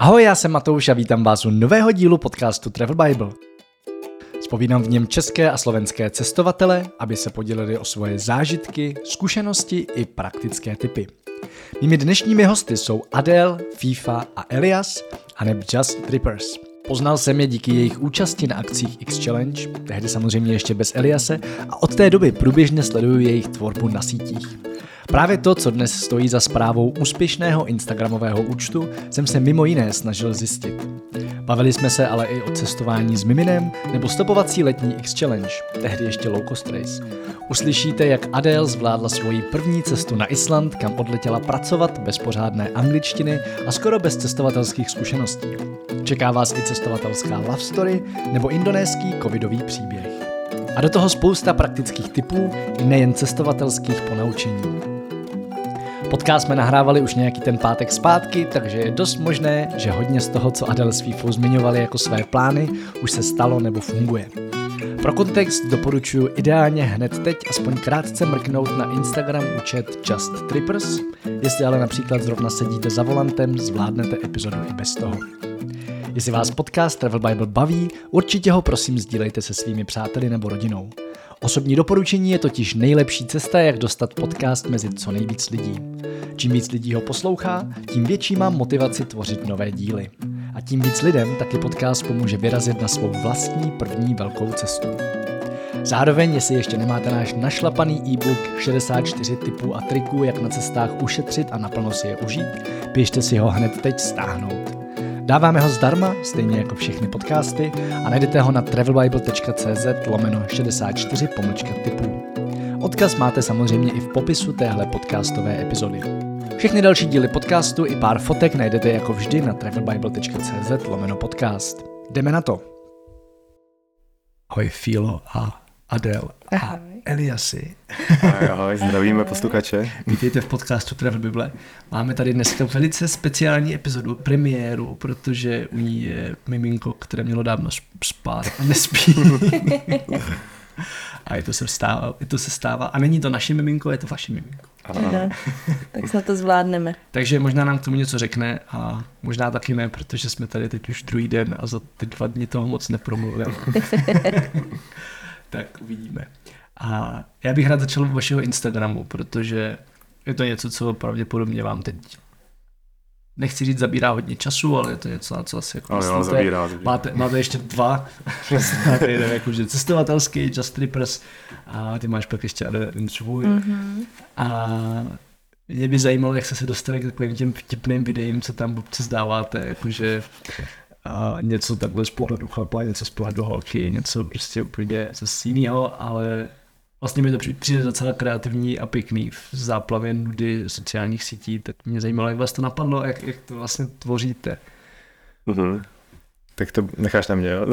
Ahoj, já jsem Matouš a vítám vás u nového dílu podcastu Travel Bible. Zpovídám v něm české a slovenské cestovatele, aby se podělili o svoje zážitky, zkušenosti i praktické tipy. Mými dnešními hosty jsou Adél, FIFA a Elias, aneb Just Trippers. Poznal jsem je díky jejich účasti na akcích X-Challenge, tehdy samozřejmě ještě bez Eliase, a od té doby průběžně sleduju jejich tvorbu na sítích. Právě to, co dnes stojí za správou úspěšného instagramového účtu, jsem se mimo jiné snažil zjistit. Bavili jsme se ale i o cestování s Miminem nebo stopovací letní X-Challenge, tehdy ještě low cost race. Uslyšíte, jak Adél zvládla svoji první cestu na Island, kam odletěla pracovat bez pořádné angličtiny a skoro bez cestovatelských zkušeností. Čeká vás i cestovatelská love story nebo indonéský covidový příběh. A do toho spousta praktických tipů i nejen cestovatelských ponaučení. Podcast jsme nahrávali už nějaký ten pátek zpátky, takže je dost možné, že hodně z toho, co Adél s Fifou zmiňovali jako své plány, už se stalo nebo funguje. Pro kontext doporučuji ideálně hned teď aspoň krátce mrknout na Instagram účet Just Trippers, jestli ale například zrovna sedíte za volantem, zvládnete epizodu i bez toho. Jestli vás podcast Travel Bible baví, určitě ho prosím sdílejte se svými přáteli nebo rodinou. Osobní doporučení je totiž nejlepší cesta, jak dostat podcast mezi co nejvíc lidí. Čím víc lidí ho poslouchá, tím větší mám motivaci tvořit nové díly. A tím víc lidem taky podcast pomůže vyrazit na svou vlastní první velkou cestu. Zároveň, jestli ještě nemáte náš našlapaný e-book 64 tipů a triků, jak na cestách ušetřit a naplno si je užít, běžte si ho hned teď stáhnout. Dáváme ho zdarma, stejně jako všechny podcasty, a najdete ho na travelbible.cz/64-tipů. Odkaz máte samozřejmě i v popisu téhle podcastové epizody. Všechny další díly podcastu i pár fotek najdete jako vždy na travelbible.cz/podcast. Jdeme na to! Ahoj Filo a Adél a Eliasi. Ahoj, zdravíme posluchače. Vítejte v podcastu Travel Bible. Máme tady dneska velice speciální epizodu, premiéru, protože u ní je miminko, které mělo dávno spát a nespí. A to se stává. A není to naše miminko, je to vaše miminko. No, tak snad to zvládneme. Takže možná nám k tomu něco řekne a možná taky ne, protože jsme tady teď už druhý den a za ty 2 dny toho moc nepromluvil. Tak uvidíme. A já bych rád začal u vašeho Instagramu, protože je to něco, co pravděpodobně vám teď, nechci říct, zabírá hodně času, ale je to něco, na co asi jako myslíte. Zabírá. Máte ještě 2. Máte jeden jakože cestovatelský, Just Trippers, a ty máš pak ještě jeden svůj. Mm-hmm. A mě by zajímalo, jak jste se dostali k takovým těm vtipným videím, co tam občas dáváte, jakože a něco takhle z pohledu chlapa, něco z pohledu holky, něco prostě úplně zase jinýho, ale vlastně mi to přijde docela kreativní a pěkný v záplavě nudy sociálních sítí, tak mě zajímalo, jak vás to napadlo a jak to vlastně tvoříte. Mm-hmm. Tak to necháš na mě, jo?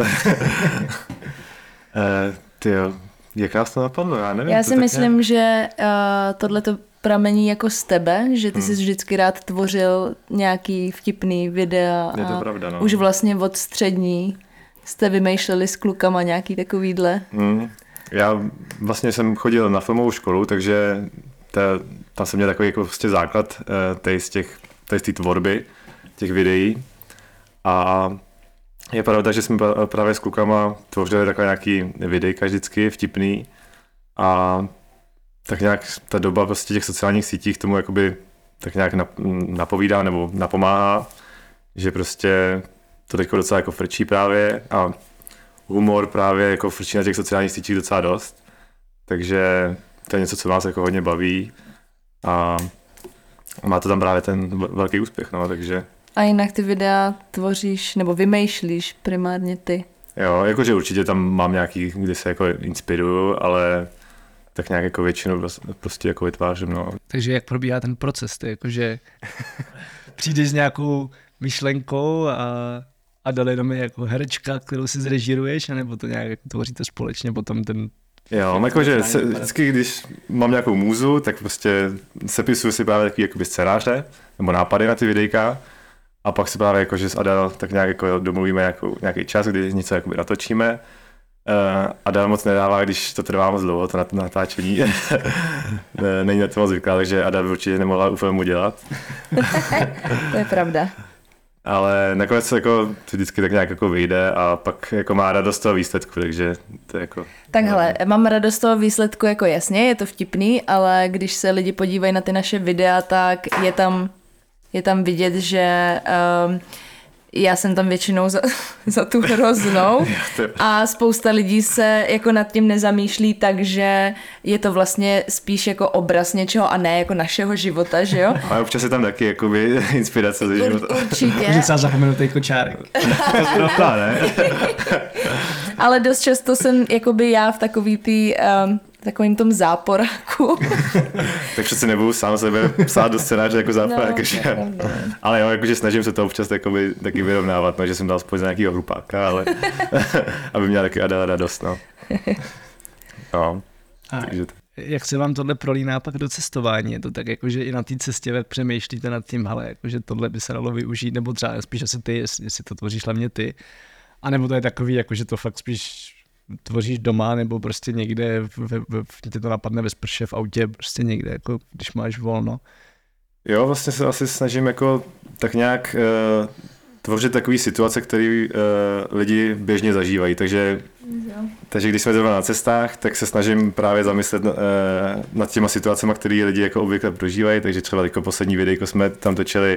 Tyjo, jak vás to napadlo? Já nevím. Já si myslím, že tohleto pramení jako z tebe, že ty jsi vždycky rád tvořil nějaký vtipný videa. Je to pravda, no. Už vlastně od střední jste vymýšleli s klukama nějaký takovýhle. Já vlastně jsem chodil na filmovou školu, takže tam jsem měl takový jako prostě základ z té tvorby, těch videí. A je pravda, že jsme právě s klukama tvořili takové nějaký videjka vždycky, vtipný. A tak nějak ta doba prostě těch sociálních sítích tomu jakoby tak nějak napovídá nebo napomáhá, že prostě to teďko docela jako frčí právě a humor právě jako frčí na těch sociálních sítích docela dost, takže to je něco, co nás jako hodně baví a má to tam právě ten velký úspěch, no, takže. A jinak ty videa tvoříš nebo vymýšlíš primárně ty? Jo, jakože určitě tam mám nějaký, kde se jako inspiruju, ale tak nějak jako většinou prostě jako vytvářím, no. Takže jak probíhá ten proces? Ty jakože přijdeš s nějakou myšlenkou a dali jenom jako herečka, kterou si zrežíruješ, anebo to nějak tvoříte společně potom ten. Jo, jakože vždycky, když mám nějakou můzu, tak prostě sepisuju si právě takový jakoby scénáře nebo nápady na ty videjka a pak si právě jakože s Adél tak nějak jako domluvíme nějaký čas, kdy něco jakoby natočíme. Adél moc nedává, když to trvá moc dlouho, to natáčení. Není na to moc zvyklá, takže Adél by určitě nemohla úplně mu dělat. To je pravda. Ale nakonec se jako vždycky tak nějak jako vyjde a pak jako má radost toho výsledku, takže to je jako... Takhle, mám radost toho výsledku, jako jasně, je to vtipný, ale když se lidi podívají na ty naše videa, tak je tam vidět, že já jsem tam většinou za tu hroznou a spousta lidí se jako nad tím nezamýšlí, takže je to vlastně spíš jako obraz něčeho a ne jako našeho života, že jo? Ale občas je tam taky jakoby inspirace ze života. Určitě. Může se zapomenutý kočárek. Ne? Ale dost často jsem jakoby já v takovým tom záporáku. Tak přece nebudu sám sebe psát do scénáře jako záporák. No, ale jo, jakože snažím se to občas taky vyrovnávat, že jsem dal spojit za nějakýho hrupáka, ale aby měl taky Adela radost, no. No. Takže jak se vám tohle prolíná pak do cestování? Je to tak jako, že i na té cestě přemýšlíte nad tím, hele, jakože tohle by se dalo využít, nebo třeba spíš asi ty, jestli to tvoříš hlavně ty, a nebo to je takový, jakože to fakt spíš tvoříš doma, nebo prostě někde, tě to napadne ve sprše, v autě, prostě někde, jako když máš volno. Jo, vlastně se asi snažím jako tak nějak tvořit takový situace, které lidi běžně zažívají, takže když jsme zrovna na cestách, tak se snažím právě zamyslet nad těma situacemi, které lidi jako obvykle prožívají, takže třeba jako poslední videjko jsme tam točili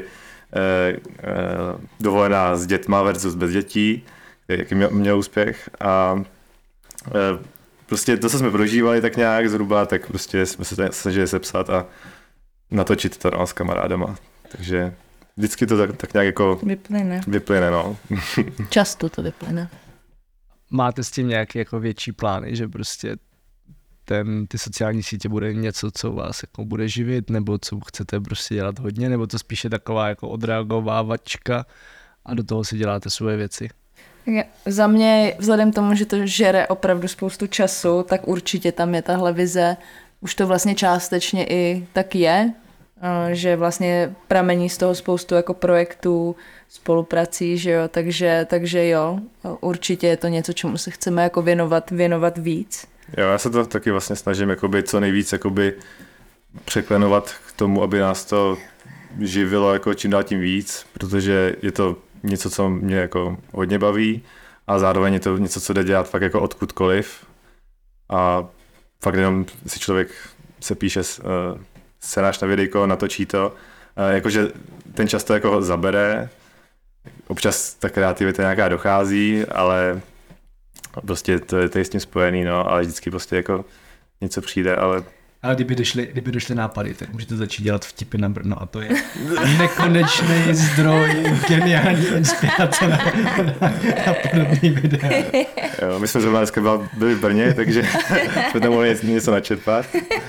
dovolená s dětma versus bez dětí, jaký měl úspěch a prostě to, co jsme prožívali tak nějak zhruba, tak prostě jsme se snažili sepsat a natočit to s kamarádama, takže vždycky to tak nějak jako vyplyne, no. Často to vyplyne. Máte s tím nějaké jako větší plány, že prostě ty sociální sítě bude něco, co vás jako bude živit, nebo co chcete prostě dělat hodně, nebo to spíše taková jako odreagovávačka a do toho si děláte svoje věci? Za mě, vzhledem k tomu, že to žere opravdu spoustu času, tak určitě tam je tahle vize. Už to vlastně částečně i tak je, že vlastně pramení z toho spoustu jako projektů, spoluprací, že jo, takže jo, určitě je to něco, čemu se chceme jako věnovat víc. Jo, já se to taky vlastně snažím jakoby co nejvíc jakoby překlenovat k tomu, aby nás to živilo jako čím dál tím víc, protože je to něco, co mě jako hodně baví a zároveň je to něco, co jde dělat fakt jako odkudkoliv a fakt jenom si člověk se píše scénář na videjko, natočí to, jakože ten čas to jako zabere, občas ta kreativita nějaká dochází, ale prostě to je s tím spojený, no, ale vždycky prostě jako něco přijde, ale kdyby došly nápady, tak můžete začít dělat vtipy na Brno a to je nekonečný zdroj geniální inspirace na podobný videa. Jo, my jsme zrovna dneska byli v Brně, takže jsme tam mohli něco načerpat.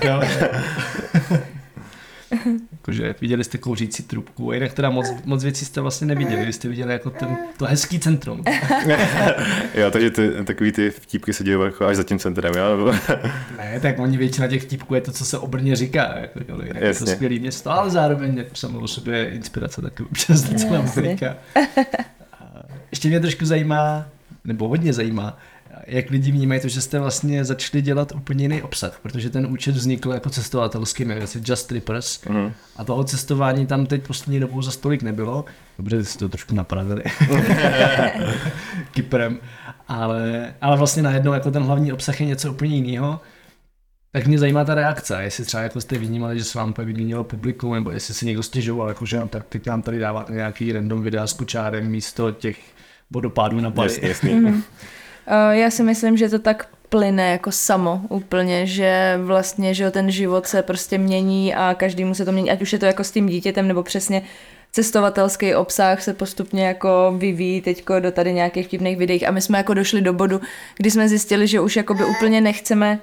Jakože viděli jste kouřící trubku a jinak teda moc věcí jste vlastně neviděli, vy jste viděli jako to hezký centrum. Jo, takže takový ty vtípky se dějí jako až za tím centrem, jo? Ne, tak oni většina těch vtípků je to, co se o Brně říká, jako, je to skvělý město, ale zároveň samo o sobě je inspirace taky občas docela veliká. Ještě mě trošku zajímá, nebo hodně zajímá, jak lidi vnímají to, že jste vlastně začali dělat úplně jiný obsah, protože ten účet vznikl jako cestovatelský, jmenuje se Just Trippers a toho cestování tam teď poslední dobou za stolik nebylo, dobře, si to trošku napravili Kyprem, ale vlastně najednou jako ten hlavní obsah je něco úplně jiného, tak mě zajímá ta reakce, jestli třeba jako jste vnímali, že se vám vyměnilo publikum, nebo jestli si někdo stěžoval, jakože tak teď nám tady dáváte nějaký random videa s kočárem místo těch vodopádů na Bali. Jasný. Já si myslím, že to tak plyne jako samo úplně, že vlastně, že ten život se prostě mění a každému se to mění, ať už je to jako s tím dítětem, nebo přesně cestovatelský obsah se postupně jako vyvíjí teďko do tady nějakých vtipných videí a my jsme jako došli do bodu, kdy jsme zjistili, že už jakoby úplně nechceme,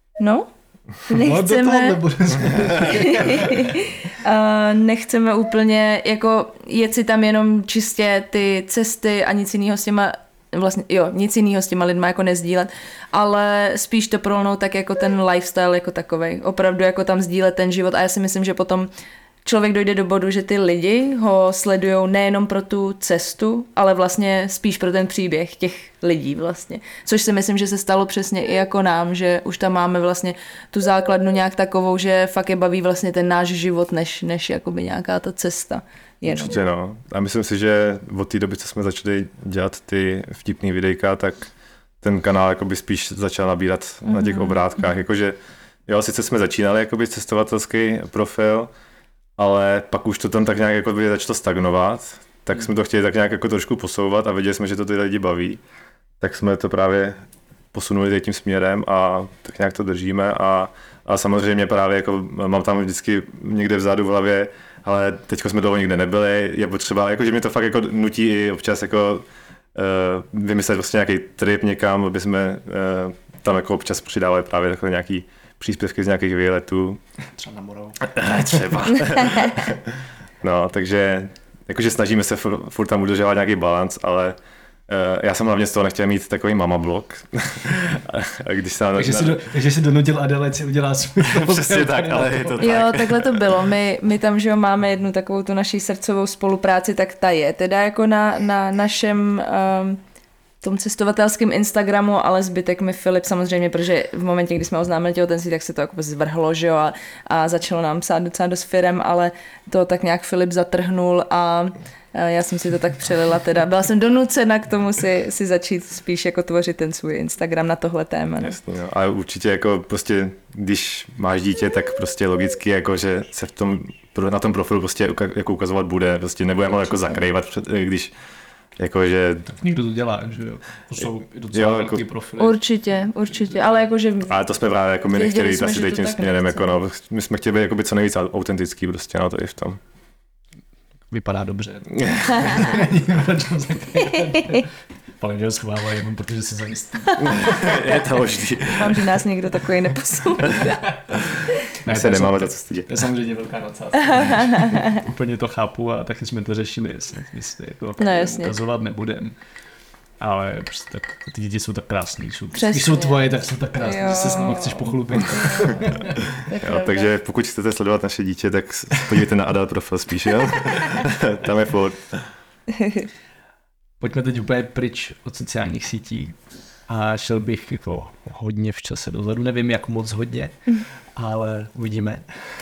nechceme úplně jako jet si tam jenom čistě ty cesty a nic jiného s těma vlastně, nic jiného s těma lidma jako nezdílet, ale spíš to prolnout tak jako ten lifestyle jako takovej. Opravdu jako tam sdílet ten život a já si myslím, že potom člověk dojde do bodu, že ty lidi ho sledujou nejenom pro tu cestu, ale vlastně spíš pro ten příběh těch lidí vlastně. Což si myslím, že se stalo přesně i jako nám, že už tam máme vlastně tu základnu nějak takovou, že fakt je baví vlastně ten náš život, než jakoby nějaká ta cesta. jenom. Určitě no. A myslím si, že od té doby, co jsme začali dělat ty vtipný videjka, tak ten kanál jakoby spíš začal nabírat na těch obrátkách. Jakože, jo, sice jsme začínali jakoby cestovatelský profil, ale pak už to tam tak nějak jakoby začalo stagnovat, tak jsme to chtěli tak nějak jako trošku posouvat a věděli jsme, že to ty lidi baví. Tak jsme to právě posunuli tím směrem a tak nějak to držíme a samozřejmě právě jako mám tam vždycky někde vzadu v hlavě, ale teďko jsme dlouho nikde nebyli, je potřeba, jakože mě to fakt jako nutí i občas jako vymyslet vlastně nějaký trip někam, aby jsme tam jako občas přidávali právě takhle nějaký příspěvky z nějakých výletů. Třeba na Moravu. Třeba. No, takže jakože snažíme se furt tam udržovat nějaký balans, ale já jsem hlavně z toho nechtěl mít takový mama blog. Takže si donutil Adele, si udělá svůj. Přesně tak, ale je to tak. Jo, takhle to bylo. My tam, že jo, máme jednu takovou tu naší srdcovou spolupráci, tak ta je teda jako na našem tom cestovatelském Instagramu, ale zbytek mi Filip samozřejmě, protože v momentě, kdy jsme oznámili těhotenství, tak se to jako zvrhlo, že jo, a začalo nám psát docela dost firem, ale to tak nějak Filip zatrhnul a já jsem si to tak přelila teda. Byla jsem donucena k tomu si začít spíš jako tvořit ten svůj Instagram na tohle téma. Ne? Jasně, no. Ale určitě jako prostě, když máš dítě, tak prostě logicky jako, že se na tom profilu prostě jako ukazovat bude. Prostě nebudeme ho jako zakrývat, když jakože... Tak někdo to dělá, že jo? To jsou docela velký profily. Určitě, ale jakože... Ale to jsme právě jako my nechtěli jít asi tím směrem, jako no, my jsme chtěli být jakoby co nejvíc autentický prostě, no to je v tom. Vypadá dobře. Ale že ho schovávají jenom protože se zajistí. Je to možný. Mám, že nás někdo takový neposlouchá. Ne, se nemáme za co stydět. To je samozřejmě velká nadsázka. Úplně to chápu a taky jsme to řešili, jestli jako ukazovat nebudem. Ale prostě tak, ty děti jsou tak krásný. Když jsou tvoje, tak jsou tak krásný, že se s nimi chceš pochlubit. Jo, takže pokud chcete sledovat naše dítě, tak podívejte na Adele profil spíš, jo? Tam je furt. Pojďme teď úplně pryč od sociálních sítí a šel bych jako hodně v čase dozadu, nevím jak moc hodně, ale uvidíme.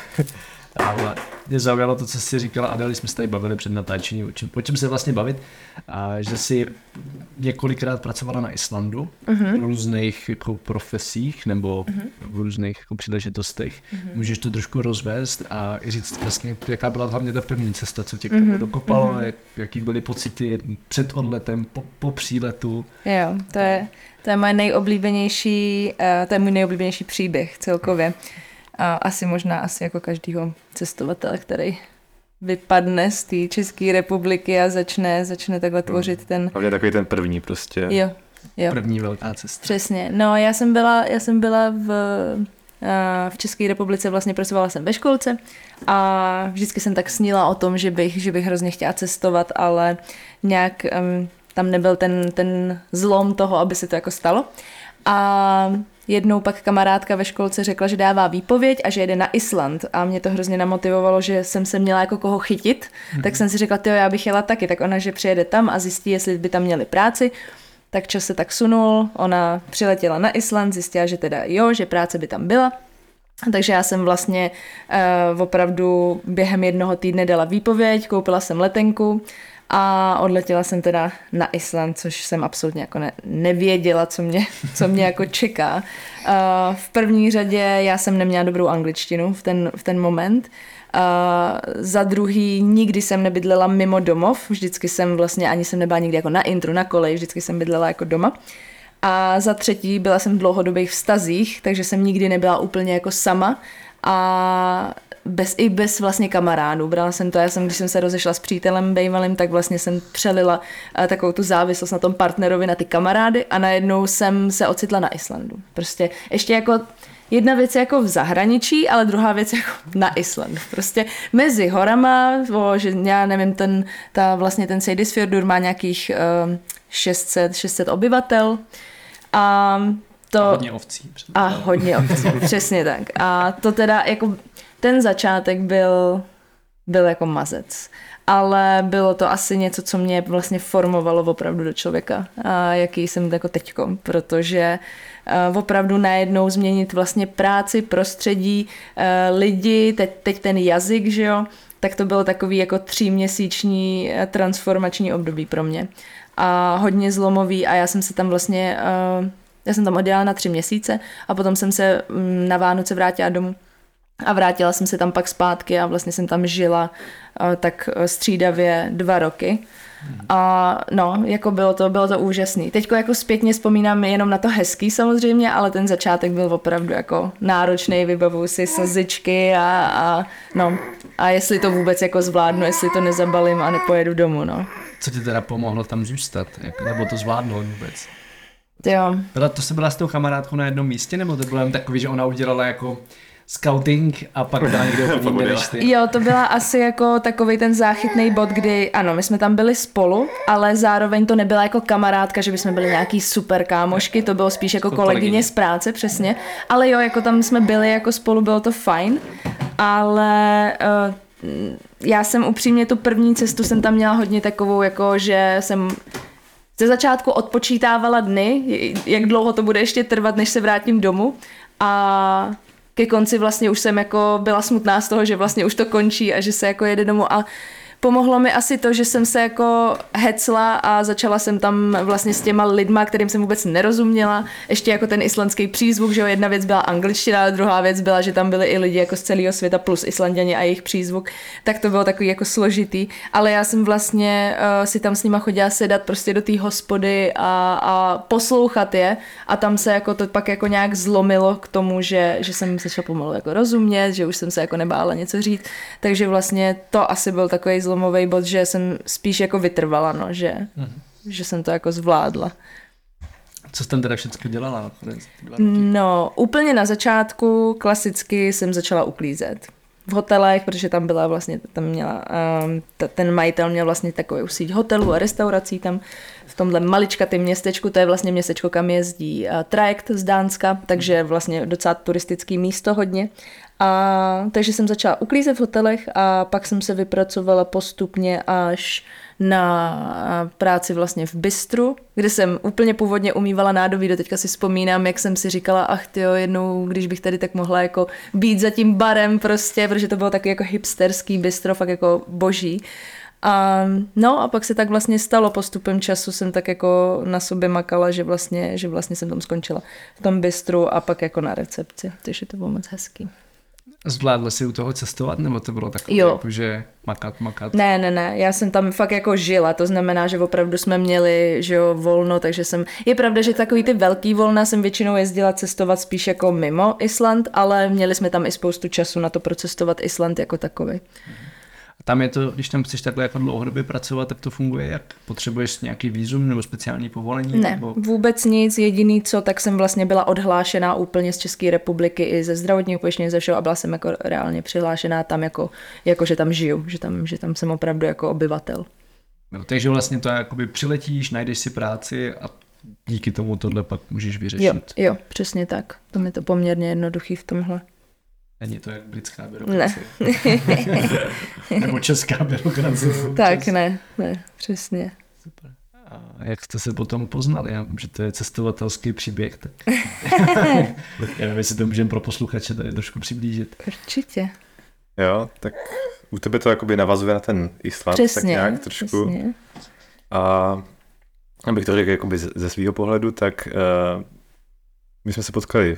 Ale mě zaujalo to, co jsi říkala, Adele, jsme se tady bavili před natáčením, o čem se vlastně bavit, a že jsi několikrát pracovala na Islandu v různých jako profesích nebo v různých jako příležitostech. Můžeš to trošku rozvést a říct vlastně, jaká byla hlavně ta první cesta, co tě k tomu dokopalo, jaký byly pocity před odletem, po příletu. Jo, to je můj nejoblíbenější příběh celkově. A asi jako každýho cestovatele, který vypadne z té České republiky a začne takhle tvořit ten... Hlavně takový ten první prostě. Jo. První velká cesta. Přesně. No, já jsem byla v České republice, vlastně pracovala jsem ve školce a vždycky jsem tak snila o tom, že bych hrozně chtěla cestovat, ale nějak tam nebyl ten zlom toho, aby se to jako stalo. A jednou pak kamarádka ve školce řekla, že dává výpověď a že jede na Island a mě to hrozně namotivovalo, že jsem se měla jako koho chytit, tak jsem si řekla, já bych jela taky, tak ona, že přijede tam a zjistí, jestli by tam měli práci, tak čas se tak sunul, ona přiletěla na Island, zjistila, že teda že práce by tam byla, takže já jsem vlastně opravdu během jednoho týdne dala výpověď, koupila jsem letenku a odletěla jsem teda na Island, což jsem absolutně jako nevěděla, co mě jako čeká. V první řadě já jsem neměla dobrou angličtinu v ten moment. Za druhý nikdy jsem nebydlela mimo domov, vždycky jsem vlastně, ani jsem nebyla nikdy jako na intru, na koleji, vždycky jsem bydlela jako doma. A za třetí byla jsem v dlouhodobých vztazích, takže jsem nikdy nebyla úplně jako sama a bez vlastně kamarádů. Brala jsem to, když jsem se rozešla s přítelem bejvalým, tak vlastně jsem přelila takovou tu závislost na tom partnerovi, na ty kamarády a najednou jsem se ocitla na Islandu. Prostě ještě jako jedna věc jako v zahraničí, ale druhá věc jako na Islandu. Prostě mezi horama, že já nevím, vlastně ten Seyðisfjörður má nějakých 600 obyvatel a hodně ovcí. A hodně ovcí, přesně tak. A to teda jako ten začátek byl jako mazec. ale bylo to asi něco, co mě vlastně formovalo opravdu do člověka, a jaký jsem jako teďko, protože opravdu najednou změnit vlastně práci, prostředí, lidi, teď ten jazyk, že jo, tak to bylo takový jako 3měsíční transformační období pro mě. A hodně zlomový a já jsem se tam vlastně, já jsem tam odjela na 3 měsíce a potom jsem se na Vánoce vrátila domů. A vrátila jsem se tam pak zpátky a vlastně jsem tam žila tak střídavě 2 roky. A no, jako bylo to úžasný. Teďko jako zpětně vzpomínám jenom na to hezký samozřejmě, ale ten začátek byl opravdu jako náročný, vybavuju si slzičky a jestli to vůbec jako zvládnu, jestli to nezabalím a nepojedu domů, no. Co ti teda pomohlo tam zůstat? Nebo to zvládnout vůbec? Jo. To jsi byla s tou kamarádkou na jednom místě, nebo to bylo jen takový, že ona udělala jako scouting a pak dala někde úplně než ty? Jo, to byla asi jako takovej ten záchytný bod, kdy ano, my jsme tam byli spolu, ale zároveň to nebyla jako kamarádka, že bychom byli nějaký super kámošky, to bylo spíš jako kolegyně z práce, přesně. Ale jo, jako tam jsme byli jako spolu, bylo to fajn, ale já jsem upřímně tu první cestu jsem tam měla hodně takovou, jako že jsem ze začátku odpočítávala dny, jak dlouho to bude ještě trvat, než se vrátím domů a ke konci vlastně už jsem jako byla smutná z toho, že vlastně už to končí a že se jako jede domů a pomohlo mi asi to, že jsem se jako hecla a začala jsem tam vlastně s těma lidma, kterým jsem vůbec nerozuměla. Ještě jako ten islandský přízvuk, že jo, jedna věc byla angličtina, a druhá věc byla, že tam byli i lidi jako z celého světa plus Islanďani a jejich přízvuk, tak to bylo takový jako složitý. Ale já jsem vlastně si tam s nima chodila sedat prostě do té hospody a poslouchat je a tam se jako to pak jako nějak zlomilo k tomu, že jsem začala pomalu jako rozumět, že už jsem se jako nebála něco říct, takže vlastně to asi byl takový zlomový bod, že jsem spíš jako vytrvala, no, že jsem to jako zvládla. Co jsi tam teda všechno dělala? No, úplně na začátku klasicky jsem začala uklízet. V hotelech, protože tam byla vlastně, tam měla, ten majitel měl vlastně takovou síť hotelů a restaurací tam v tomhle maličkatém městečku, to je vlastně městečko, kam jezdí trajekt z Dánska, takže vlastně docela turistický místo hodně. Takže jsem začala uklízet v hotelech a pak jsem se vypracovala postupně až na práci vlastně v bistru, kde jsem úplně původně umývala nádobí, do teďka si vzpomínám, jak jsem si říkala, ach tyjo, jednou, když bych tady tak mohla jako být za tím barem prostě, protože to bylo takový jako hipsterský bistro, fakt jako boží. A pak se tak vlastně stalo, postupem času jsem tak jako na sobě makala, že vlastně jsem tam skončila v tom bistru a pak jako na recepci, takže to bylo moc hezký. Zvládla jsi u toho cestovat, nebo to bylo takové, jako, že makat? Ne, já jsem tam fakt jako žila, to znamená, že opravdu jsme měli, že jo, volno, takže je pravda, že takový ty velký volna jsem většinou jezdila cestovat spíš jako mimo Island, ale měli jsme tam i spoustu času na to procestovat Island jako takový. Tam je to, když tam chceš takhle jako dlouhodobě pracovat, tak to funguje jak? Potřebuješ nějaký vízum nebo speciální povolení? Ne, nebo... vůbec nic, jediný co, tak jsem vlastně byla odhlášená úplně z České republiky i ze zdravotního pojištění ze všeho a byla jsem jako reálně přihlášená tam jako že tam žiju, že tam jsem opravdu jako obyvatel. No, takže vlastně to jakoby přiletíš, najdeš si práci a díky tomu tohle pak můžeš vyřešit. Jo, přesně tak. To je to poměrně jednoduchý v tomhle. Není to jak britská byrokracie. Ne. Nebo česká byrokracie. Tak ne, přesně. Super. A jak jste se potom poznali? Já vím, že to je cestovatelský příběh. Tak... Já nevím, jestli to můžeme pro posluchače tady trošku přiblížit. Určitě. Jo, tak u tebe to jakoby navazuje na ten Island. Přesně, tak nějak trošku. Přesně. A abych to řekl jakoby ze svého pohledu, tak my jsme se potkali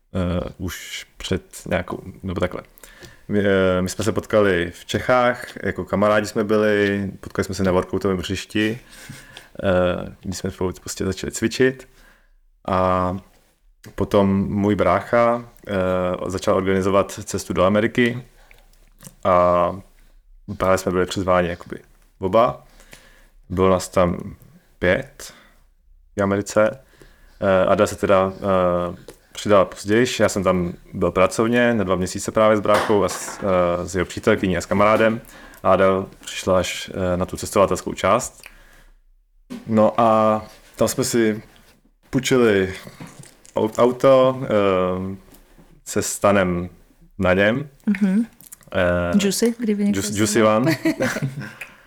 už před nějakou, nebo takhle. My jsme se potkali v Čechách, jako kamarádi jsme byli, potkali jsme se na workoutovém hřišti, když jsme prostě začali cvičit a potom můj brácha začal organizovat cestu do Ameriky a právě jsme byli přizváni jakoby oba. Bylo nás tam 5 v Americe. Ada se teda přidala později, já jsem tam byl pracovně na 2 měsíce právě s bráchou a s jeho přítelkyní a s kamarádem. A Ada přišla až na tu cestovatelskou část. No a tam jsme si půjčili auto se stanem na něm. Juicy, kdyby někdo Juicy One.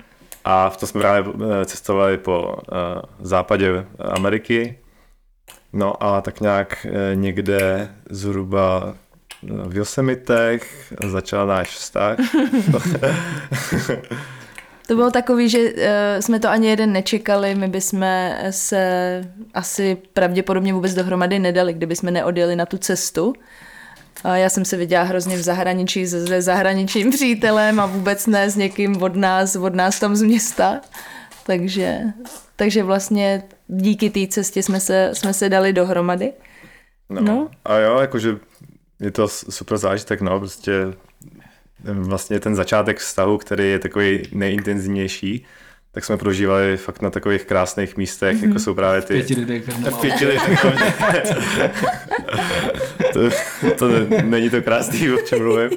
A v tom jsme právě cestovali po západě Ameriky. No a tak nějak někde zhruba v Yosemitech začal náš vztah. To bylo takový, že jsme to ani jeden nečekali, my bychom se asi pravděpodobně vůbec dohromady nedali, kdyby jsme neodjeli na tu cestu. A já jsem se viděla hrozně v zahraničí se zahraničním přítelem a vůbec ne s někým od nás tam z města. Takže vlastně díky té cestě jsme se dali dohromady. No. A jo, jakože je to super zážitek, no, prostě vlastně ten začátek vztahu, který je takový nejintenzivnější, tak jsme prožívali fakt na takových krásných místech, jako jsou právě ty... 5 lidech. To není to krásný, o čem mluvím.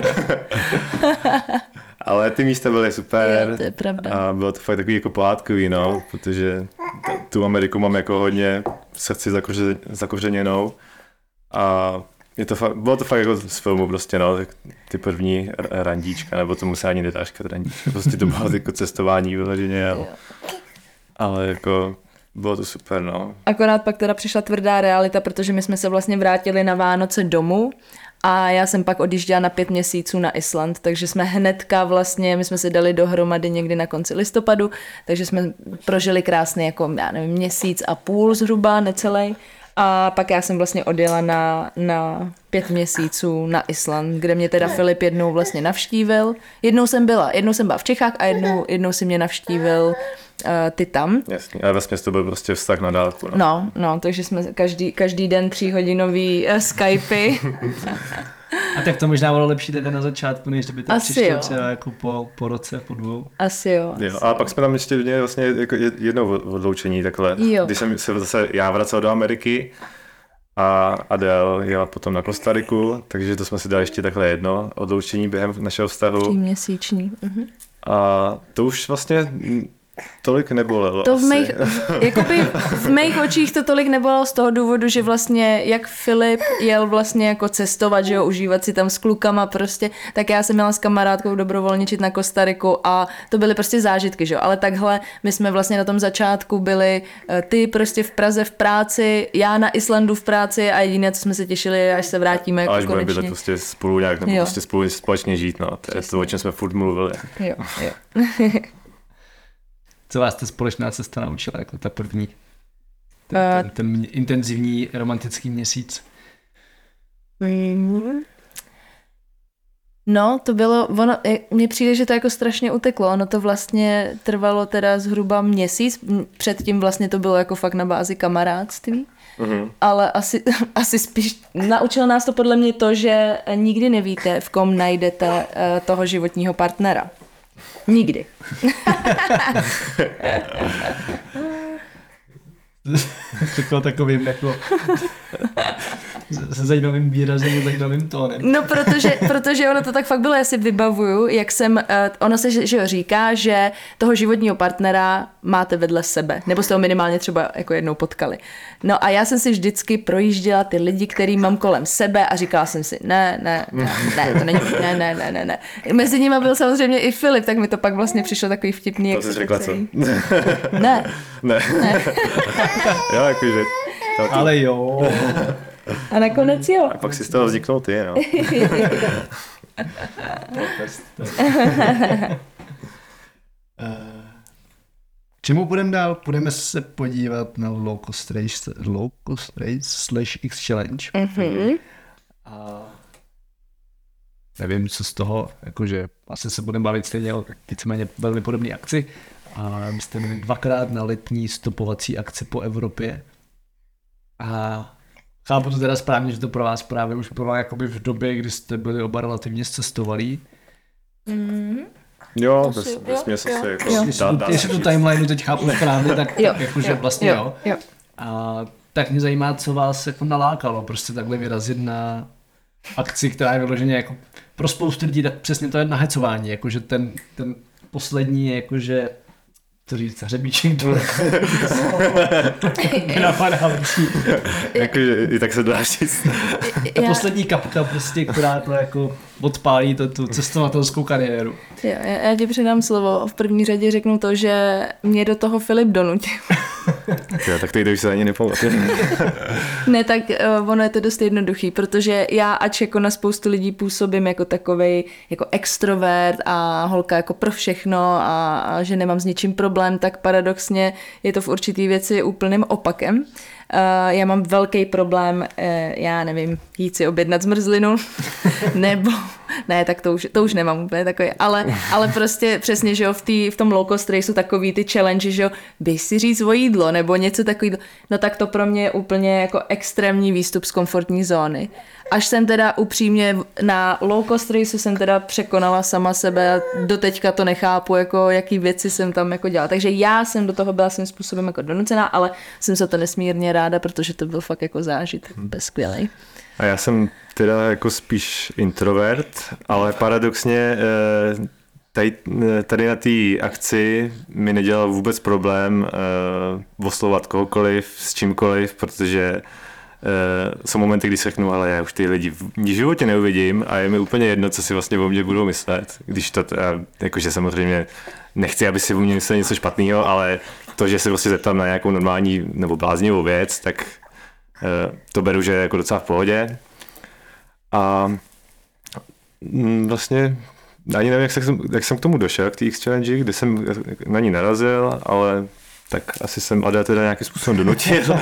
Ale ty místa byly super. Jo, to je pravda. A bylo to fakt takový jako pohádkový, no, protože tu Ameriku mám jako hodně v srdci zakořeněnou. A bylo to fakt jako z filmu prostě, no, ty první randíčka, nebo tomu se ani nedá říkat randíčka, prostě to bylo jako cestování vyloženě, ale jako bylo to super, no. Akorát pak teda přišla tvrdá realita, protože my jsme se vlastně vrátili na Vánoce domů a já jsem pak odjížděla na 5 měsíců na Island, takže jsme hnedka vlastně, my jsme se dali dohromady někdy na konci listopadu, takže jsme prožili krásný jako, já nevím, měsíc a půl zhruba, necelej. A pak já jsem vlastně odjela na 5 měsíců na Island, kde mě teda Filip jednou vlastně navštívil. Jednou jsem byla v Čechách a jednou si mě navštívil ty tam. Jasně, ale vlastně to byl prostě vztah na dálku. No, takže jsme každý den 3hodinový Skypey. A tak to možná bylo lepší teda na začátku, než kdyby to Asi přišlo jo. třeba jako po roce, po 2. Asi jo. A pak jsme tam ještě měli vlastně jako jedno odloučení takhle. Jo. Když jsem se zase já vracel do Ameriky a Adele jela potom na Kostariku, takže to jsme si dali ještě takhle jedno odloučení během našeho vztahu. 3měsíční. A to už vlastně tolik nebolelo. To v mých očích to tolik nebolelo z toho důvodu, že vlastně jak Filip jel vlastně jako cestovat, že jo, užívat si tam s klukama prostě, tak já jsem měla s kamarádkou dobrovolničit na Kostariku a to byly prostě zážitky, že jo, ale takhle my jsme vlastně na tom začátku byli ty prostě v Praze v práci, já na Islandu v práci a jediné, co jsme se těšili, až se vrátíme jako až konečně. budeme bydlet prostě spolu nějak, nebo Jo. prostě spolu společně žít, no, to je to, o čem jsme furt mluvili. Jo. Co vás ta společná cesta naučila, jako ta první? Ten intenzivní romantický měsíc. No, to bylo, mně přijde, že to jako strašně uteklo, ono to vlastně trvalo teda zhruba měsíc, předtím vlastně to bylo jako fakt na bázi kamarádství, ale asi spíš naučilo nás to podle mě to, že nikdy nevíte, v kom najdete toho životního partnera. Nikdy. Řekl takovým jako se zajímavým výrazem, zajímavým tónem. No, protože ono to tak fakt bylo, já si vybavuju, jak jsem, ono se že jo, říká, že toho životního partnera máte vedle sebe, nebo jste ho minimálně třeba jako jednou potkali. No a já jsem si vždycky projížděla ty lidi, který mám kolem sebe a říkala jsem si, ne, to není, ne. Mezi nimi byl samozřejmě i Filip, tak mi to pak vlastně přišlo takový vtipný. To jsi řekla co? Ne. Jo, jakože. Ale jo. A nakonec jo. A pak si z toho vzniknul ty, no. Čemu budeme dál? Budeme se podívat na Low Cost Race / X Challenge. A nevím, co z toho, jakože asi se budeme bavit stejně o víceméně velmi podobné akci. A my jste měli 2krát na letní stopovací akci po Evropě. A chápu to teda správně, že to pro vás právě už bylo jakoby v době, kdy jste byli oba relativně cestovalí. Jo, vesměs asi jako Jestli tu timeline teď chápu správně, tak jakože vlastně jo. A tak mě zajímá, co vás jako nalákalo, prostě takhle vyrazit na akci, která je vyloženě jako pro spoustu lidí, tak přesně to je nahecování, jakože ten poslední jakože to říct, hřebíček dole. Nenapadá lepší. Jakože i tak se dá říct. Ta poslední kapka prostě, která to jako odpálí tu cestovatelskou kariéru. Jo, já ti předám slovo. V první řadě řeknu to, že mě do toho Filip donutil. Jo, tak teď už se ani nepamatuju. Ne, tak ono je to dost jednoduchý, protože já, ač jako na spoustu lidí působím jako takovej jako extrovert a holka jako pro všechno a že nemám s ničím problém, tak paradoxně je to v určitý věci úplným opakem. Já mám velký problém, já nevím, jít si objednat zmrzlinu, nebo, ne, tak to už nemám úplně takový, ale prostě přesně, že jo, v tom low cost raceu takový ty challenge, že jo, běž si říct o jídlo, nebo něco takového, no tak to pro mě je úplně jako extrémní výstup z komfortní zóny. Až jsem teda upřímně na low cost raceu jsem teda překonala sama sebe a doteďka to nechápu, jako jaký věci jsem tam jako dělala. Takže já jsem do toho byla svým způsobem jako donucená, ale jsem se to nesmírně ráda, protože to byl fakt jako zážitek skvělej. A já jsem teda jako spíš introvert, ale paradoxně tady na té akci mi nedělal vůbec problém oslovovat kohokoliv, s čímkoliv, protože jsou momenty, kdy se řeknu, ale já už ty lidi v životě neuvidím a je mi úplně jedno, co si vlastně o mě budou myslet, když to, jakože samozřejmě nechci, aby si o mě mysleli něco špatného, ale to, že se vlastně zeptám na nějakou normální nebo bláznivou věc, tak to beru, že je jako docela v pohodě. A vlastně ani nevím, jak jsem k tomu došel, k té X-Challenge, kde jsem na ní narazil, ale tak asi jsem Ada teda nějakým způsobem donutil,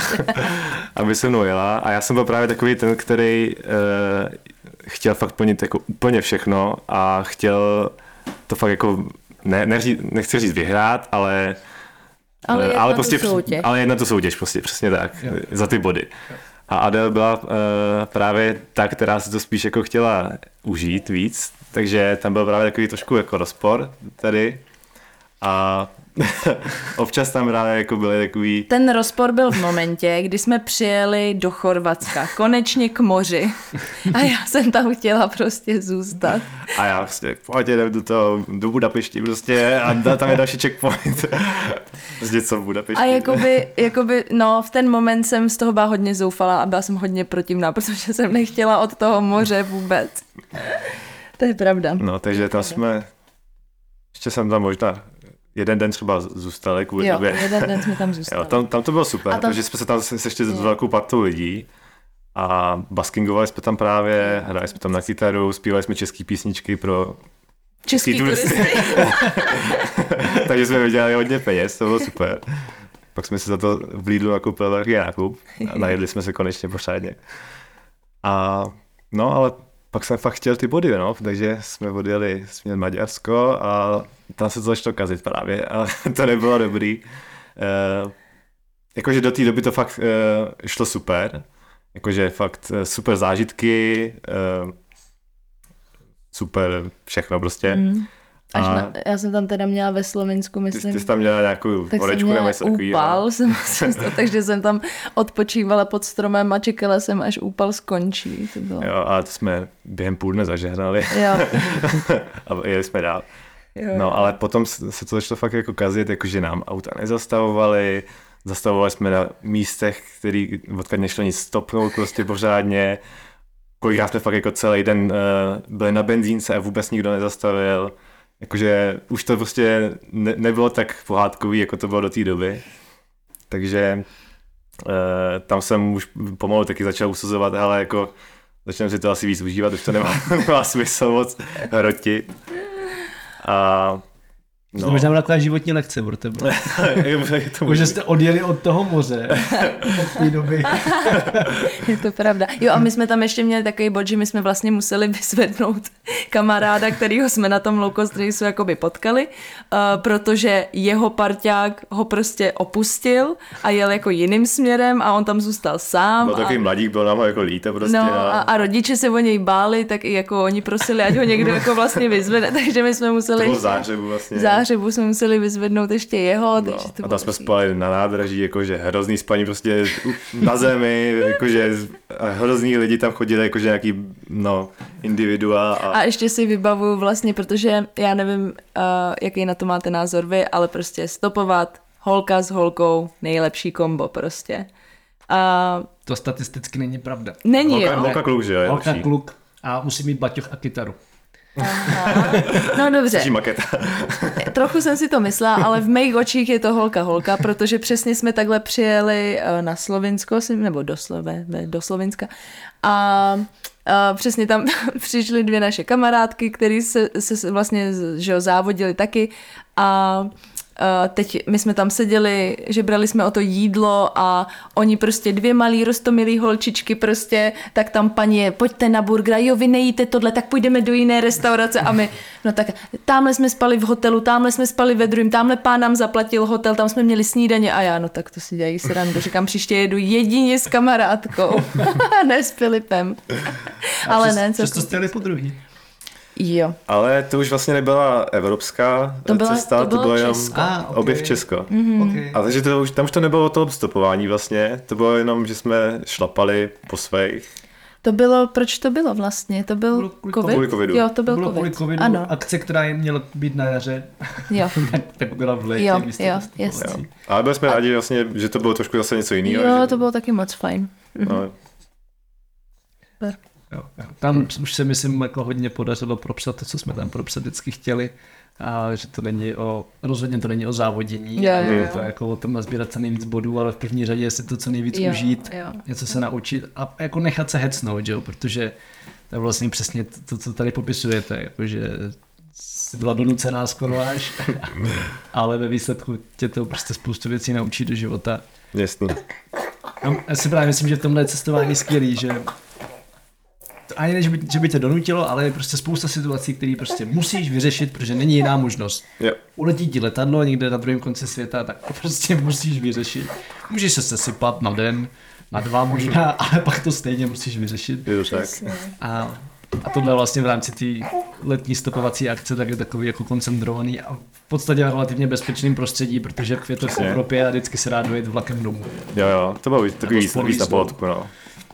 aby se mnou jela. A já jsem byl právě takový ten, který chtěl fakt plnit jako úplně všechno a chtěl to fakt jako, nechci říct vyhrát, ale prostě jedna to soutěž, prostě přesně tak, za ty body. A Adele byla právě ta, která se to spíš jako chtěla užít víc, takže tam byl právě takový trošku jako rozpor tady a občas tam právě jako byly takový... Ten rozpor byl v momentě, kdy jsme přijeli do Chorvatska, konečně k moři a já jsem tam chtěla prostě zůstat. A já prostě pojď jdem do Budapešti prostě a tam je další checkpoint. Prostě co v Budapešti. A jakoby, no v ten moment jsem z toho byla hodně zoufala a byla jsem hodně protivná, protože jsem nechtěla od toho moře vůbec. To je pravda. No, takže tam jsme, ještě jsem tam možná jeden den třeba zůstali kvůli tobě. Jo, jeden den jsme tam zůstali. Jo, tam to bylo super, protože jsme se tam sešli s velkou partou lidí a baskingovali jsme tam právě, hráli jsme tam na kytaru, zpívali jsme české písničky pro český turisty. Takže jsme vydělali hodně peněz, to bylo super. Pak jsme si za to v Lidlu nakoupili velký nákup a najedli jsme se konečně pořádně. A no, ale pak jsem fakt chtěl ty body, no, takže jsme odjeli směr Maďarsko a tam se to začalo kazit právě a to nebylo dobrý. Jakože do té doby to fakt šlo super, jakože fakt super zážitky, super všechno prostě. Já jsem tam teda měla ve Slovinsku, myslím. Ty jsi tam měla nějakou horečku nebo něco takového. Takže jsem tam odpočívala pod stromem a čekala jsem, až úpal skončí. To bylo. Jo, a to jsme během půl dne zažehnali. Jo. A jeli jsme dál. Jo. No, ale potom se to začalo fakt jako kazit, jakože nám auta zastavovali jsme na místech, odkud nešlo nic stopnout prostě pořádně. Kolikrát jsme fakt jako celý den byli na benzínce a vůbec nikdo nezastavil. Jakože už to prostě nebylo tak pohádkový, jako to bylo do té doby. Takže tam jsem už pomalu taky začal usuzovat, ale jako začneme si to asi víc užívat, už to nemá smysl moc hrotit. A no. To možná byla taková životní lekce pro tebe. Že jste odjeli od toho moře od té doby. Je to pravda. Jo, a my jsme tam ještě měli takový bod, že my jsme vlastně museli vyzvednout kamaráda, kterýho jsme na tom low cost raceu jakoby potkali, protože jeho parťák ho prostě opustil a jel jako jiným směrem a on tam zůstal sám. Byl takový mladík, byl nám jako líto prostě. No a rodiče se o něj báli, tak i jako oni prosili, ať ho někdo jako vlastně vyzvede, takže my jsme museli... To bylo v Záhřebu vlastně. záhřebu jsme museli vyzvednout ještě jeho. No, a tam jsme spali na nádraží, jakože hrozný spaní prostě na zemi, jakože hrozný lidi tam chodili, jakože nějaký, individua. A ještě si vybavuju vlastně, protože já nevím, jaký na to máte názor vy, ale prostě stopovat holka s holkou, nejlepší kombo prostě. To statisticky není pravda. Není, holka kluk, že jo? Holka kluk a musí mít baťoch a kytaru. Aha. No dobře. Trochu jsem si to myslela, ale v mých očích je to holka, protože přesně jsme takhle přijeli na Slovinsko, nebo do Slovinska a přesně tam přišly 2 naše kamarádky, které se vlastně závodili taky a teď my jsme tam seděli, že brali jsme o to jídlo a oni prostě 2 malí roztomilí holčičky prostě, tak tam paní pojďte na burgera, jo vy nejíte tohle, tak půjdeme do jiné restaurace a my, no tak tamhle jsme spali v hotelu, tamhle jsme spali ve druhém, tamhle pán nám zaplatil hotel, tam jsme měli snídaně a já, no tak to si dělají srandu, říkám příště jedu jedině s kamarádkou, ne s Filipem. Ale ne. Přesto jste jeli po druhý. Jo. Ale to už vlastně nebyla evropská cesta, to bylo jenom objev Česko. Mm-hmm. Okay. A takže tam už to nebylo to stopování vlastně, to bylo jenom, že jsme šlapali po svých. Proč to bylo vlastně? To byl COVID? Kvůli covidu. Jo, to byl COVID. Kvůli covidu, ano. Akce, která je měla být na jaře, jo. tak byla v létě. Jo, jasně. Ale byli jsme rádi vlastně, že to bylo trošku zase něco jiného. Jo, že... to bylo taky moc fajn. No. Jo. Tam už se myslím jako hodně podařilo propsat to, co jsme tam propsat vždycky chtěli. A že to není rozhodně to není o závodění, jo. To je jako o tom nazbírat co nejvíc bodů, ale v první řadě je si to co nejvíc užít, něco se naučit a jako nechat se hecnout, jo? Protože to je vlastně přesně to, co tady popisujete, jakože jsi byla donucená skoro až, ale ve výsledku tě to prostě spoustu věcí naučí do života. Jasný. Já si právě myslím, že v tomhle je cestování skvělý, že ani ne, že by tě donutilo, ale je prostě spousta situací, které prostě musíš vyřešit, protože není jiná možnost. Yep. Uletí ti letadlo někde na druhém konci světa, tak to prostě musíš vyřešit. Můžeš se sesypat na den, na 2 možná, ale pak to stejně musíš vyřešit. A tohle vlastně v rámci té letní stopovací akce tak je takový jako koncentrovaný a v podstatě v relativně bezpečným prostředí, protože je to v Evropě a vždycky se dá dojet vlakem domů. Jo, to bylo takový víc na pohodku, no.